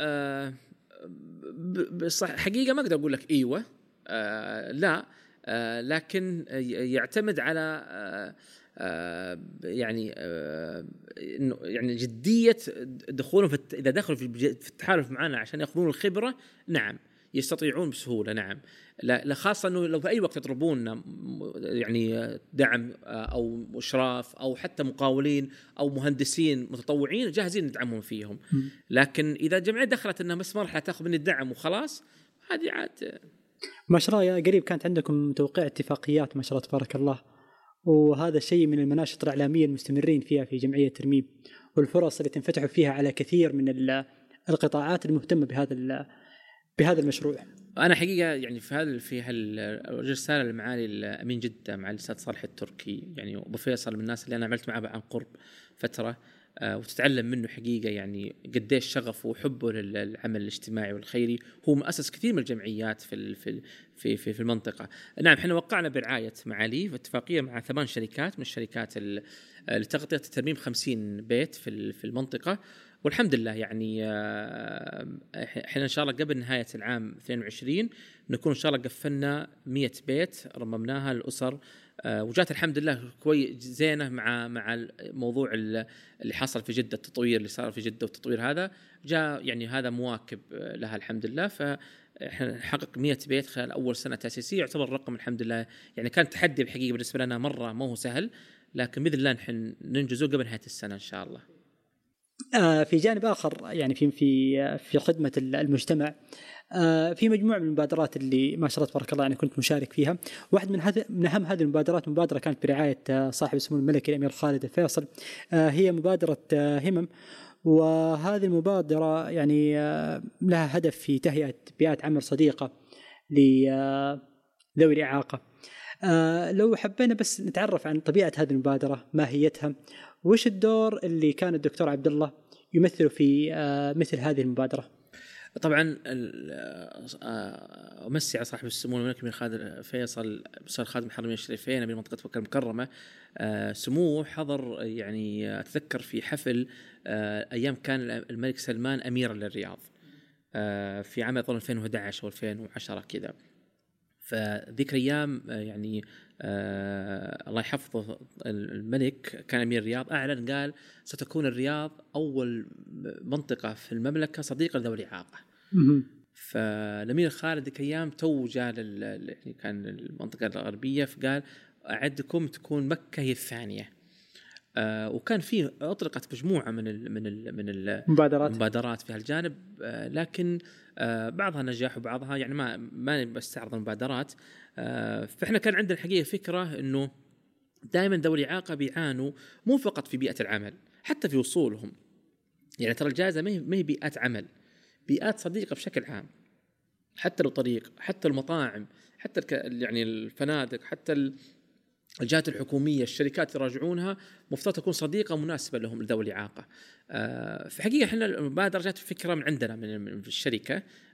[SPEAKER 2] بصح حقيقه ما اقدر اقول لك ايوه أه لا أه لكن يعتمد على أه أه يعني أه انه يعني جديه دخولهم في اذا دخلوا في التحالف معنا عشان ياخذون الخبره. نعم يستطيعون بسهوله. نعم لا خاصه انه لو في اي وقت يطلبون يعني دعم او اشراف او حتى مقاولين او مهندسين متطوعين جاهزين ندعمهم فيهم. لكن اذا الجمعيه دخلت انها بس مرحله تاخذ مني الدعم وخلاص، هذه عاد.
[SPEAKER 1] ما شاء الله قريب كانت عندكم توقيع اتفاقيات ما شاء الله تبارك الله، وهذا شيء من المناشط الاعلاميه المستمرين فيها في جمعيه ترميم، والفرص اللي تنفتح فيها على كثير من القطاعات المهتمه بهذا بهذا المشروع.
[SPEAKER 2] أنا حقيقة يعني في هذا في هالرسالة المعالي الأمين جدة مع الأستاذ صالح التركي، يعني أبو فيصل من الناس اللي أنا عملت معه عن قرب فترة، آه وتتعلم منه حقيقة يعني قديش شغفه وحبه للعمل الاجتماعي والخيري. هو مؤسس كثير من الجمعيات في في في في, في المنطقة. نعم احنا وقعنا برعاية معالي واتفاقية مع ثمان شركات من الشركات لتغطية ترميم خمسين بيت في في المنطقة، والحمد لله يعني احنا ان شاء الله قبل نهايه العام اثنين وعشرين نكون ان شاء الله قفلنا مئة بيت رممناها للاسر، وجات الحمد لله كويس زينه مع مع الموضوع اللي حصل في جده، التطوير اللي صار في جده والتطوير هذا جاء يعني هذا مواكب لها الحمد لله. فاحنا نحقق مئة بيت خلال اول سنه تاسيسيه، يعتبر رقم الحمد لله يعني كان تحدي الحقيقه بالنسبه لنا مره ما هو سهل، لكن باذن الله نحن ننجزه قبل نهايه السنه ان شاء الله.
[SPEAKER 1] في جانب آخر يعني في في في خدمة المجتمع، في مجموعة من المبادرات اللي ما شاء الله تبارك الله يعني كنت مشارك فيها. واحد من هذه من أهم هذه المبادرات مبادرة كانت برعاية صاحب السمو الملكي الأمير خالد الفيصل، هي مبادرة همم. وهذه المبادرة يعني لها هدف في تهيئة بيئات عمل صديقة لذوي الإعاقة. لو حبينا بس نتعرف عن طبيعة هذه المبادرة، ماهيتها، وش الدور اللي كان الدكتور عبد الله يمثله في مثل هذه المبادرة؟
[SPEAKER 2] طبعا أمسي على صاحب السمو الملكي من خالد فيصل صار خادم الحرمين الشريفين من منطقة مكة المكرمة. سموه حضر يعني أتذكر في حفل أيام كان الملك سلمان أميرا للرياض في عام ألفين وأحد عشر أو ألفين وعشرة كذا. فذيك الأيام يعني آه الله يحفظه الملك كان أمير الرياض، أعلن قال ستكون الرياض أول منطقة في المملكة صديقة لذوي الإعاقة. فالأمير خالد ذيك الأيام توجه يعني كان المنطقة الغربية، فقال أعدكم تكون مكة هي الثانية. آه وكان فيه أطلقت مجموعة من ال من ال من
[SPEAKER 1] المبادرات
[SPEAKER 2] المبادرات في هالجانب، آه لكن آه بعضها نجاح وبعضها يعني ما ما بستعرض المبادرات. آه فإحنا كان عندنا الحقيقة فكرة إنه دائما ذوي الإعاقة بيعانوا مو فقط في بيئة العمل، حتى في وصولهم. يعني ترى الجائزة ما هي بيئات عمل، بيئات صديقة بشكل عام، حتى لو طريق، حتى المطاعم، حتى يعني الفنادق، حتى الجهات الحكومية، الشركات يراجعونها مفترض تكون صديقة مناسبة لهم ذوي الإعاقة. أه في حقيقة إحنا المبادرة جات فكرة من عندنا من الشركة،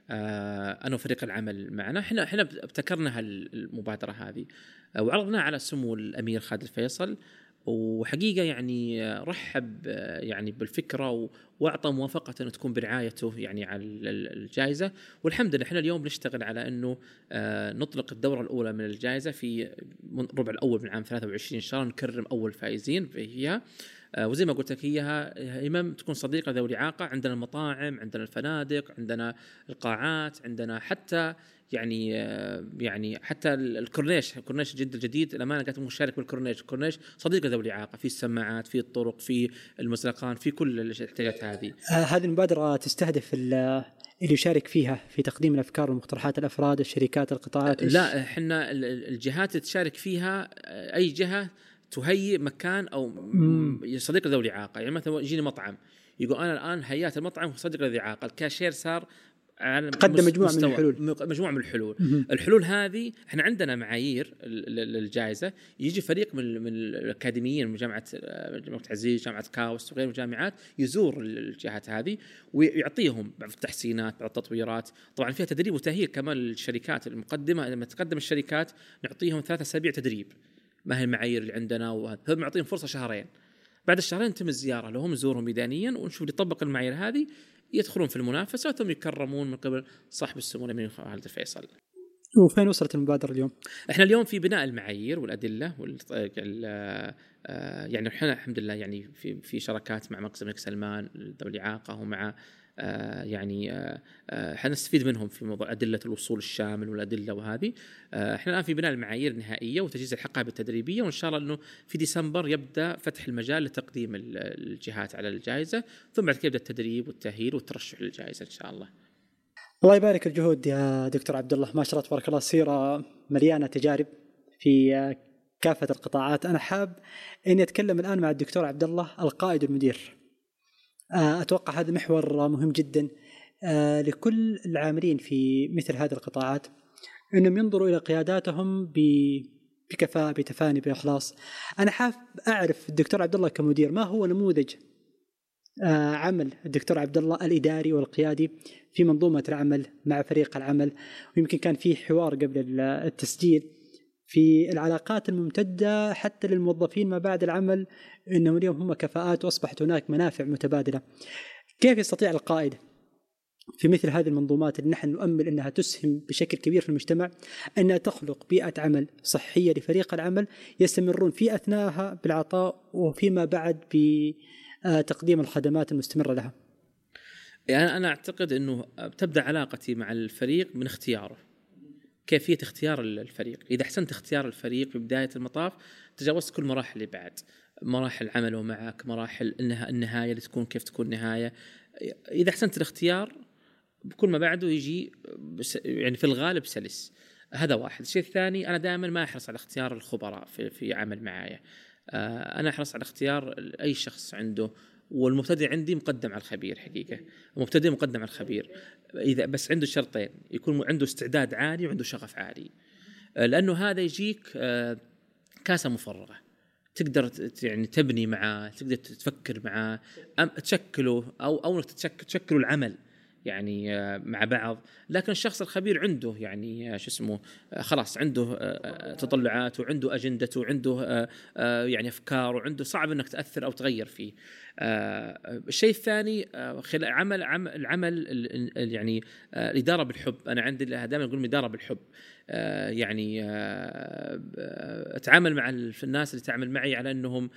[SPEAKER 2] انا وفريق العمل معنا، احنا احنا ابتكرنا هالمبادره هذه وعرضناها على سمو الامير خالد الفيصل، وحقيقه يعني رحب يعني بالفكره واعطى موافقه انه تكون برعايته يعني على الجائزه. والحمد لله احنا اليوم نشتغل على انه نطلق الدوره الاولى من الجائزه في الربع الاول من عام ثلاثة وعشرين ان شاء الله، نكرم اول فائزين فيها. وزي ما قلت لك اياها همم تكون صديقه ذوي الاعاقه. عندنا المطاعم، عندنا الفنادق، عندنا القاعات، عندنا حتى يعني يعني حتى الكورنيش، الكورنيش جد الجديد الامانه قاعد مشارك بالكورنيش. الكورنيش صديقه ذوي الاعاقه، في السماعات، في الطرق، في المزلقان، في كل الاحتياجات هذه.
[SPEAKER 1] آه هذه المبادره تستهدف اللي يشارك فيها في تقديم الافكار والمقترحات الافراد، الشركات، القطاعات؟
[SPEAKER 2] لا احنا الجهات اللي تشارك فيها اي جهه تهيئ مكان او صديق ذوي الاعاقه. يعني مثلا يجيني مطعم يقول انا الان هيئت المطعم صديق ذوي الاعاقه، الكاشير صار
[SPEAKER 1] قدم مجموعة من الحلول
[SPEAKER 2] مجموعة من الحلول الحلول هذه احنا عندنا معايير للجائزة. يجي فريق من من الأكاديميين من جامعة جامعة عزيز، جامعة كاوس وغير الجامعات، يزور الجهات هذه ويعطيهم بعض التحسينات، بعض التطويرات. طبعا فيها تدريب وتأهيل كمان للشركات المقدمة. لما تقدم الشركات نعطيهم ثلاثة أسابيع تدريب، ما هي المعايير اللي عندنا، وهذا نعطيهم فرصة شهرين. بعد الشهرين تم الزيارة لهم، نزورهم ميدانيا ونشوف اللي يطبق المعايير هذه يدخلون في المنافسة ثم يكرمون من قبل صاحب السمو الأمير خالد الفيصل.
[SPEAKER 1] وفين وصلت المبادرة اليوم؟
[SPEAKER 2] احنا اليوم في بناء المعايير والأدلة وال يعني احنا الحمد لله يعني في في شراكات مع مركز الملك سلمان ذوي الإعاقة ومع آه يعني آه حنستفيد منهم في موضوع أدلة الوصول الشامل والأدلة وهذه. آه احنا الآن في بناء المعايير النهائية وتجهيز الحقائب التدريبية، وإن شاء الله إنه في ديسمبر يبدأ فتح المجال لتقديم الجهات على الجائزة، ثم بعد كده يبدأ التدريب والتأهيل والترشح للجائزة إن شاء الله.
[SPEAKER 1] الله يبارك الجهود يا دكتور عبد الله، ما شاء الله تبارك الله، سيرة مليانة تجارب في كافة القطاعات. أنا حاب إني أتكلم الآن مع الدكتور عبد الله القائد والمدير. أتوقع هذا محور مهم جدا لكل العاملين في مثل هذه القطاعات، أنهم ينظروا إلى قياداتهم بكفاءة، بتفاني، بإخلاص. أنا حاب أعرف الدكتور عبد الله كمدير ما هو نموذج عمل الدكتور عبد الله الإداري والقيادي في منظومة العمل مع فريق العمل. ويمكن كان في حوار قبل التسجيل في العلاقات الممتدة حتى للموظفين ما بعد العمل، إنه اليوم هم كفاءات وأصبحت هناك منافع متبادلة. كيف يستطيع القائد في مثل هذه المنظومات اللي نحن نؤمل أنها تسهم بشكل كبير في المجتمع أنها تخلق بيئة عمل صحية لفريق العمل يستمرون في أثناءها بالعطاء وفيما بعد بتقديم الخدمات المستمرة لها؟
[SPEAKER 2] يعني أنا أعتقد أنه تبدأ علاقتي مع الفريق من اختياره، كيفية اختيار الفريق. إذا أحسنت اختيار الفريق في بداية المطاف تجاوزت كل مراحل اللي بعد، مراحل عمله معك، مراحل النهاية اللي تكون كيف تكون نهاية. إذا أحسنت الاختيار بكل ما بعده يجي يعني في الغالب سلس. هذا واحد. الشيء الثاني، أنا دائما ما أحرص على اختيار الخبراء في في عمل معايا. أنا أحرص على اختيار أي شخص عنده، والمبتدئ عندي مقدم على الخبير. حقيقة المبتدئ مقدم على الخبير إذا بس عنده شرطين، يكون عنده استعداد عالي وعنده شغف عالي، لأنه هذا يجيك كاسة مفرغة تقدر يعني تبني معاه، تقدر تفكر معاه، تشكله أو أو تشكله العمل يعني مع بعض. لكن الشخص الخبير عنده يعني شو اسمه خلاص عنده تطلعات وعنده أجندته وعنده يعني أفكار وعنده، صعب إنك تأثر أو تغير فيه. الشيء الثاني خلال عمل العمل يعني الإدارة بالحب. أنا عندي دائما أقول إدارة بالحب، يعني أتعامل مع الناس اللي تعمل معي على أنهم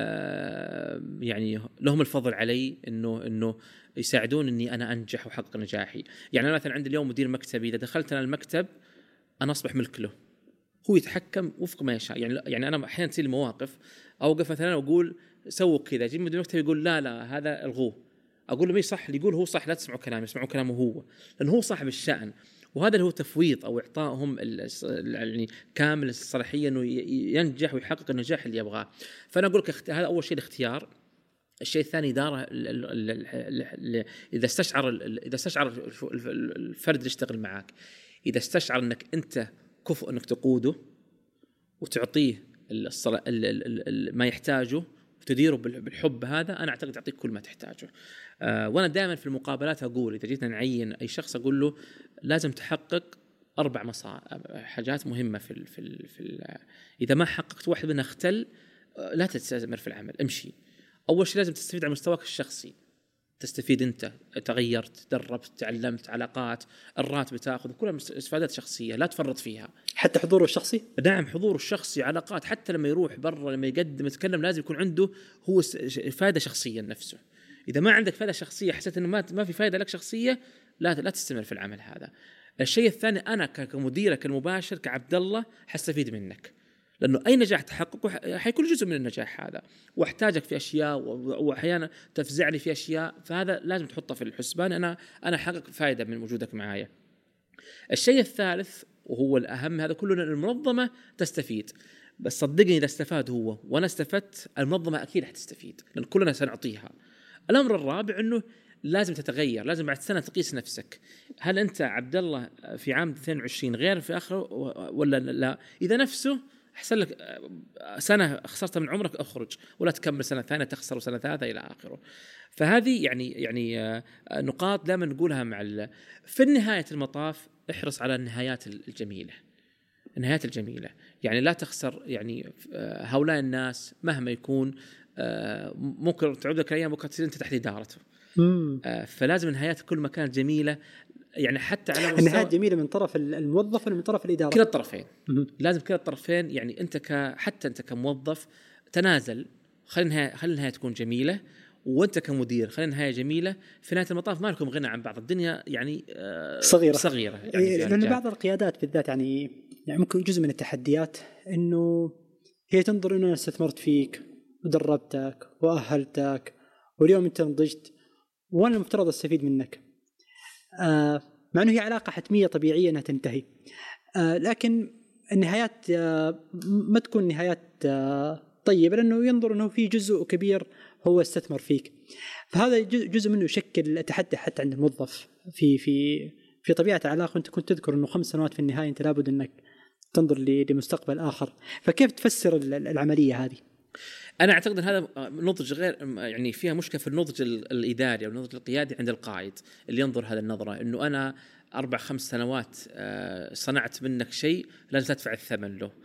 [SPEAKER 2] يعني لهم الفضل علي، إنه إنه يساعدون إني أنا أنجح وحقق نجاحي. يعني أنا مثلا عندي اليوم مدير مكتبي، إذا دخلت أنا المكتب أنا أصبح ملك له، هو يتحكم وفق ما يشاء. يعني يعني أنا أحيانا تصير مواقف أوقف مثلا وأقول سووا كذا، يجي مدير المكتب يقول لا لا هذا الغوه، أقول له مي صح، اللي يقول هو صح، لا تسمعوا كلامي، اسمعوا كلامه هو، لأنه هو صاحب الشأن. وهذا اللي هو تفويض أو إعطائهم يعني كامل الصلاحية إنه ينجح ويحقق النجاح اللي يبغاه. فأنا أقول لك هذا أول شيء الاختيار. الشيء الثاني إدارة، إذا استشعر إذا استشعر الفرد اللي يشتغل معك، إذا استشعر أنك أنت كفؤ أنك تقوده وتعطيه ما يحتاجه تديره بالحب هذا، أنا أعتقد يعطيك كل ما تحتاجه. أه وأنا دائما في المقابلات أقول إذا جيتنا نعين أي شخص أقول له لازم تحقق أربع مصا حاجات مهمة في ال في ال في ال إذا ما حققت واحد منها اختل لا تستمر في العمل، امشي. أول شيء لازم تستفيد على مستواك الشخصي، تستفيد أنت، تغيرت، تدربت، تعلمت، علاقات، الراتب تأخذ، كلها استفادات شخصية لا تفرط فيها.
[SPEAKER 1] حتى حضوره الشخصي؟
[SPEAKER 2] نعم، حضوره الشخصي، علاقات، حتى لما يروح برا لما يقدم يتكلم لازم يكون عنده هو فائدة شخصية لنفسه. إذا ما عندك فائدة شخصية، حسيت إنه ما ما في فائدة لك شخصية، لا لا تستمر في العمل هذا. الشيء الثاني، أنا كمديرك المباشر كعبد الله حستفيد منك، لأنه أي نجاح تحققه حيكون جزء من النجاح هذا، واحتاجك في أشياء وأحيانا تفزعني في أشياء، فهذا لازم تحطه في الحسبان. أنا أنا أحقق فائدة من وجودك معايا. الشيء الثالث وهو الأهم، هذا كله المنظمة تستفيد، بس صدقني إذا استفاد هو وأنا استفدت، المنظمة أكيد حتستفيد لأن كلنا سنعطيها. الأمر الرابع أنه لازم تتغير، لازم بعد سنة تقيس نفسك، هل أنت عبد الله في عام اثنين وعشرين غير في آخره ولا لا؟ إذا نفسه أحسن لك سنة خسرت من عمرك أخرج، ولا تكمل سنة ثانية تخسر سنة ثالثة إلى آخره. فهذه يعني يعني نقاط دائما نقولها مع في النهاية المطاف. احرص على النهايات الجميلة، النهايات الجميلة يعني لا تخسر يعني هؤلاء الناس مهما يكون، ممكن تعود لك أيام وقت أنت تحت إدارته، فلازم النهايات كل ما كانت جميلة، يعني حتى على مستوى
[SPEAKER 1] النهاية جميلة من طرف الموظف ومن طرف الإدارة،
[SPEAKER 2] كلا الطرفين. لازم كلا الطرفين، يعني أنت ك حتى أنت كموظف تنازل، خلي النهاية خلي النهاية تكون جميلة، وأنت كمدير خلي النهاية جميلة. في نهاية المطاف ما لكم غنى عن بعض، الدنيا يعني
[SPEAKER 1] صغيرة
[SPEAKER 2] صغيرة
[SPEAKER 1] يعني، لأن بعض القيادات بالذات يعني يعني ممكن جزء من التحديات إنه هي تنظر إنه أنا استثمرت فيك ودربتك وأهلتك واليوم أنت نضجت وأنا المفترض أستفيد منك، آه مع أنه هي علاقة حتمية طبيعية أنها تنتهي، آه لكن النهايات آه ما تكون نهايات آه طيبة، لأنه ينظر أنه في جزء كبير هو استثمر فيك. فهذا جزء منه يشكل تحدي حتى عند الموظف في في في طبيعة العلاقة. أنت كنت تذكر أنه خمس سنوات في النهاية أنت لابد أنك تنظر لمستقبل آخر، فكيف تفسر العملية هذه؟
[SPEAKER 2] أنا أعتقد أن هذا نضج غير يعني فيها مشكلة في النضج الإداري أو النضج القيادي عند القائد اللي ينظر هذا النظرة، إنه أنا أربع خمس سنوات صنعت منك شيء لازم تدفع الثمن له.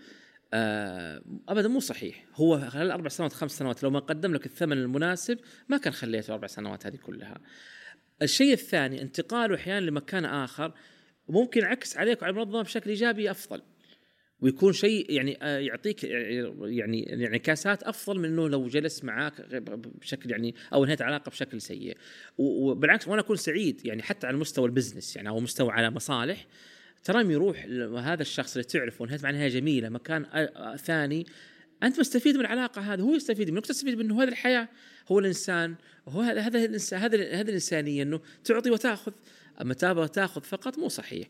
[SPEAKER 2] أبدا مو صحيح. هو خلال أربع سنوات خمس سنوات لو ما قدم لك الثمن المناسب ما كان خليته أربع سنوات هذه كلها. الشيء الثاني، انتقاله أحيانا لمكان آخر ممكن عكس عليك وعلى المنظمة بشكل إيجابي أفضل، ويكون شيء يعني يعطيك يعني يعني كاسات أفضل من إنه لو جلس معاك بشكل يعني أو انهيت علاقة بشكل سيء. وبالعكس وأنا أكون سعيد يعني حتى على مستوى البزنس يعني أو مستوى على مصالح، ترى يروح هذا الشخص اللي تعرفه ونهيت معناها جميلة مكان ثاني، أنت مستفيد من العلاقة هذا، هو يستفيد منك، تستفيد منه. هذه الحياة، هو الإنسان، هو هذا هذا الإنسان، هذا هذا الإنسانية، إنه تعطي وتأخذ. أما تابع تأخذ فقط مو صحيح.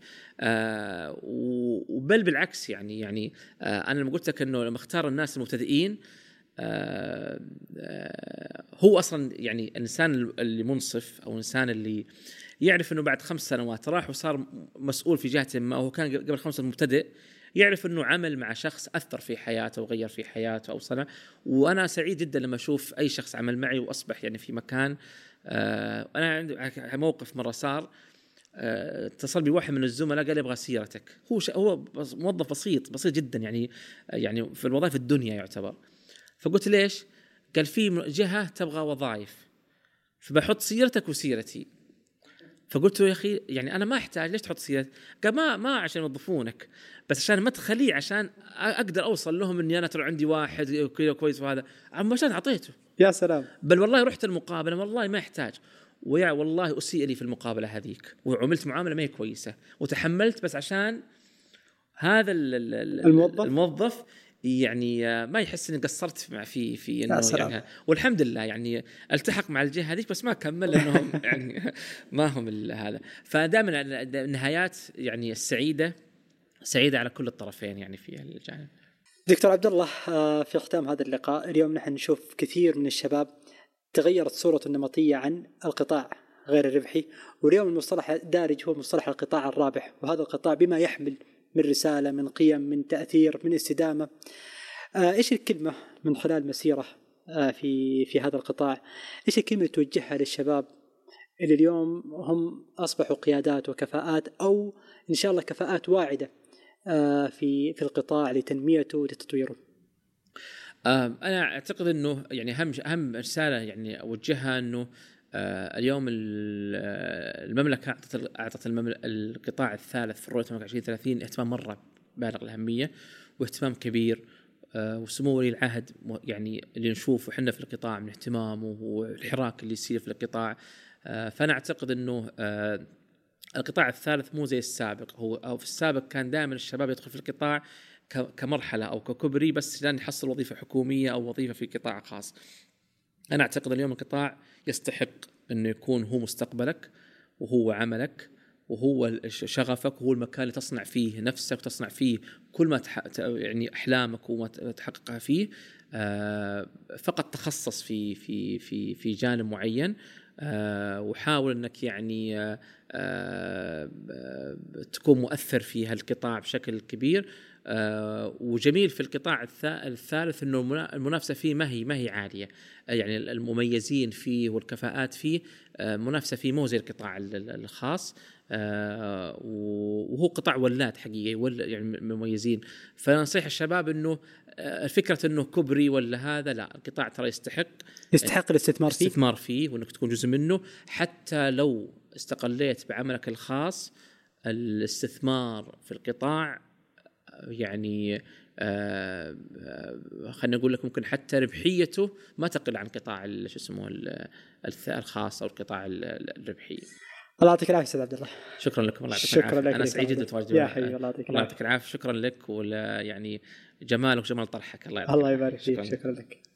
[SPEAKER 2] آه وبل بالعكس يعني يعني آه أنا لما قلت لك إنه لما اختار الناس المبتدئين، آه آه هو أصلا يعني الإنسان اللي منصف أو الإنسان اللي يعرف إنه بعد خمس سنوات راح وصار مسؤول في جهة ما، وهو كان قبل خمس سنوات مبتدئ، يعرف إنه عمل مع شخص أثر في حياته وغير في حياته أو صنع. وأنا سعيد جدا لما أشوف أي شخص عمل معي وأصبح يعني في مكان. آه أنا عندي موقف مرة صار، اتصل بي واحد من الزملاء قال يبغى سيرتك. هو هو موظف بسيط بسيط جدا يعني يعني في الوظائف الدنيا يعتبر. فقلت ليش؟ قال في جهة تبغى وظائف فبحط سيرتك وسيرتي. فقلت له يا أخي يعني أنا ما أحتاج، ليش تحط سيرتك؟ قال ما ما عشان يوظفونك، بس عشان ما تخليه، عشان أقدر أوصل لهم إني أنا ترى عندي واحد كويس وهذا. عم عشان أعطيته.
[SPEAKER 1] يا سلام.
[SPEAKER 2] بل والله رحت المقابلة والله ما يحتاج، ويا والله أسيء لي في المقابلة هذيك وعملت معاملة ما هي كويسة وتحملت بس عشان هذا الموظف, الموظف يعني ما يحس إني قصرت مع في في إنه يعني. والحمد لله يعني التحق مع الجهة هذيك بس ما كمل لأنهم يعني ما هم هذا. فدائما النهايات يعني السعيدة سعيدة على كل الطرفين يعني في الجانب.
[SPEAKER 1] دكتور عبد الله، في ختام هذا اللقاء اليوم نحن نشوف كثير من الشباب تغيرت صورته النمطية عن القطاع غير الربحي، واليوم المصطلح دارج هو مصطلح القطاع الرابح، وهذا القطاع بما يحمل من رسالة، من قيم، من تأثير، من استدامة. آه إيش الكلمة من خلال مسيرة في في هذا القطاع، ايش الكلمه اللي توجهها للشباب اللي اليوم هم اصبحوا قيادات وكفاءات، او ان شاء الله كفاءات واعده في في القطاع لتنميته وتطويره؟
[SPEAKER 2] انا اعتقد انه يعني اهم اهم رساله يعني اوجهها انه اليوم المملكه اعطت اعطت القطاع الثالث في الرؤيه عشرين ثلاثين اهتمام مره بالغ الاهميه واهتمام كبير، وسمو ولي العهد يعني اللي نشوفه احنا في القطاع من اهتمامه والحراك اللي يصير في القطاع. فانا اعتقد انه القطاع الثالث مو زي السابق، هو أو في السابق كان دائما الشباب يدخل في القطاع كمرحلة أو ككبري بس لأن يحصل وظيفة حكومية أو وظيفة في قطاع خاص. أنا أعتقد اليوم القطاع يستحق أنه يكون هو مستقبلك وهو عملك وهو شغفك وهو المكان اللي تصنع فيه نفسك وتصنع فيه كل ما تح... يعني أحلامك وما تحققها فيه. فقط تخصص في في في في جانب معين، وحاول أنك يعني تكون مؤثر في هالقطاع بشكل كبير. آه وجميل في القطاع الثالث انه المنافسه فيه ما هي ما هي عاليه، يعني المميزين فيه والكفاءات فيه آه منافسه فيه مو زي القطاع الخاص، آه وهو قطاع ولات حقيقي يعني مميزين. فنصيح الشباب انه آه فكره انه كبري ولا هذا لا، القطاع ترى يستحق
[SPEAKER 1] يستحق الاستثمار فيه
[SPEAKER 2] الاستثمار فيه وانك تكون جزء منه. حتى لو استقليت بعملك الخاص الاستثمار في القطاع يعني آه خلينا نقول لك ممكن حتى ربحيته ما تقل عن قطاع شو اسمه الخاص او القطاع الربحي.
[SPEAKER 1] الله يعطيك العافيه استاذ عبد الله.
[SPEAKER 2] شكرا لكم. الله يعطيك العافيه. انا سعيد جدا تواجدوا
[SPEAKER 1] يا حبيبي. الله يعطيك
[SPEAKER 2] العافيه. شكرا لك ولا يعني جمالك وجمال طرحك. الله يعطيك
[SPEAKER 1] الله يبارك فيك. شكرا لك.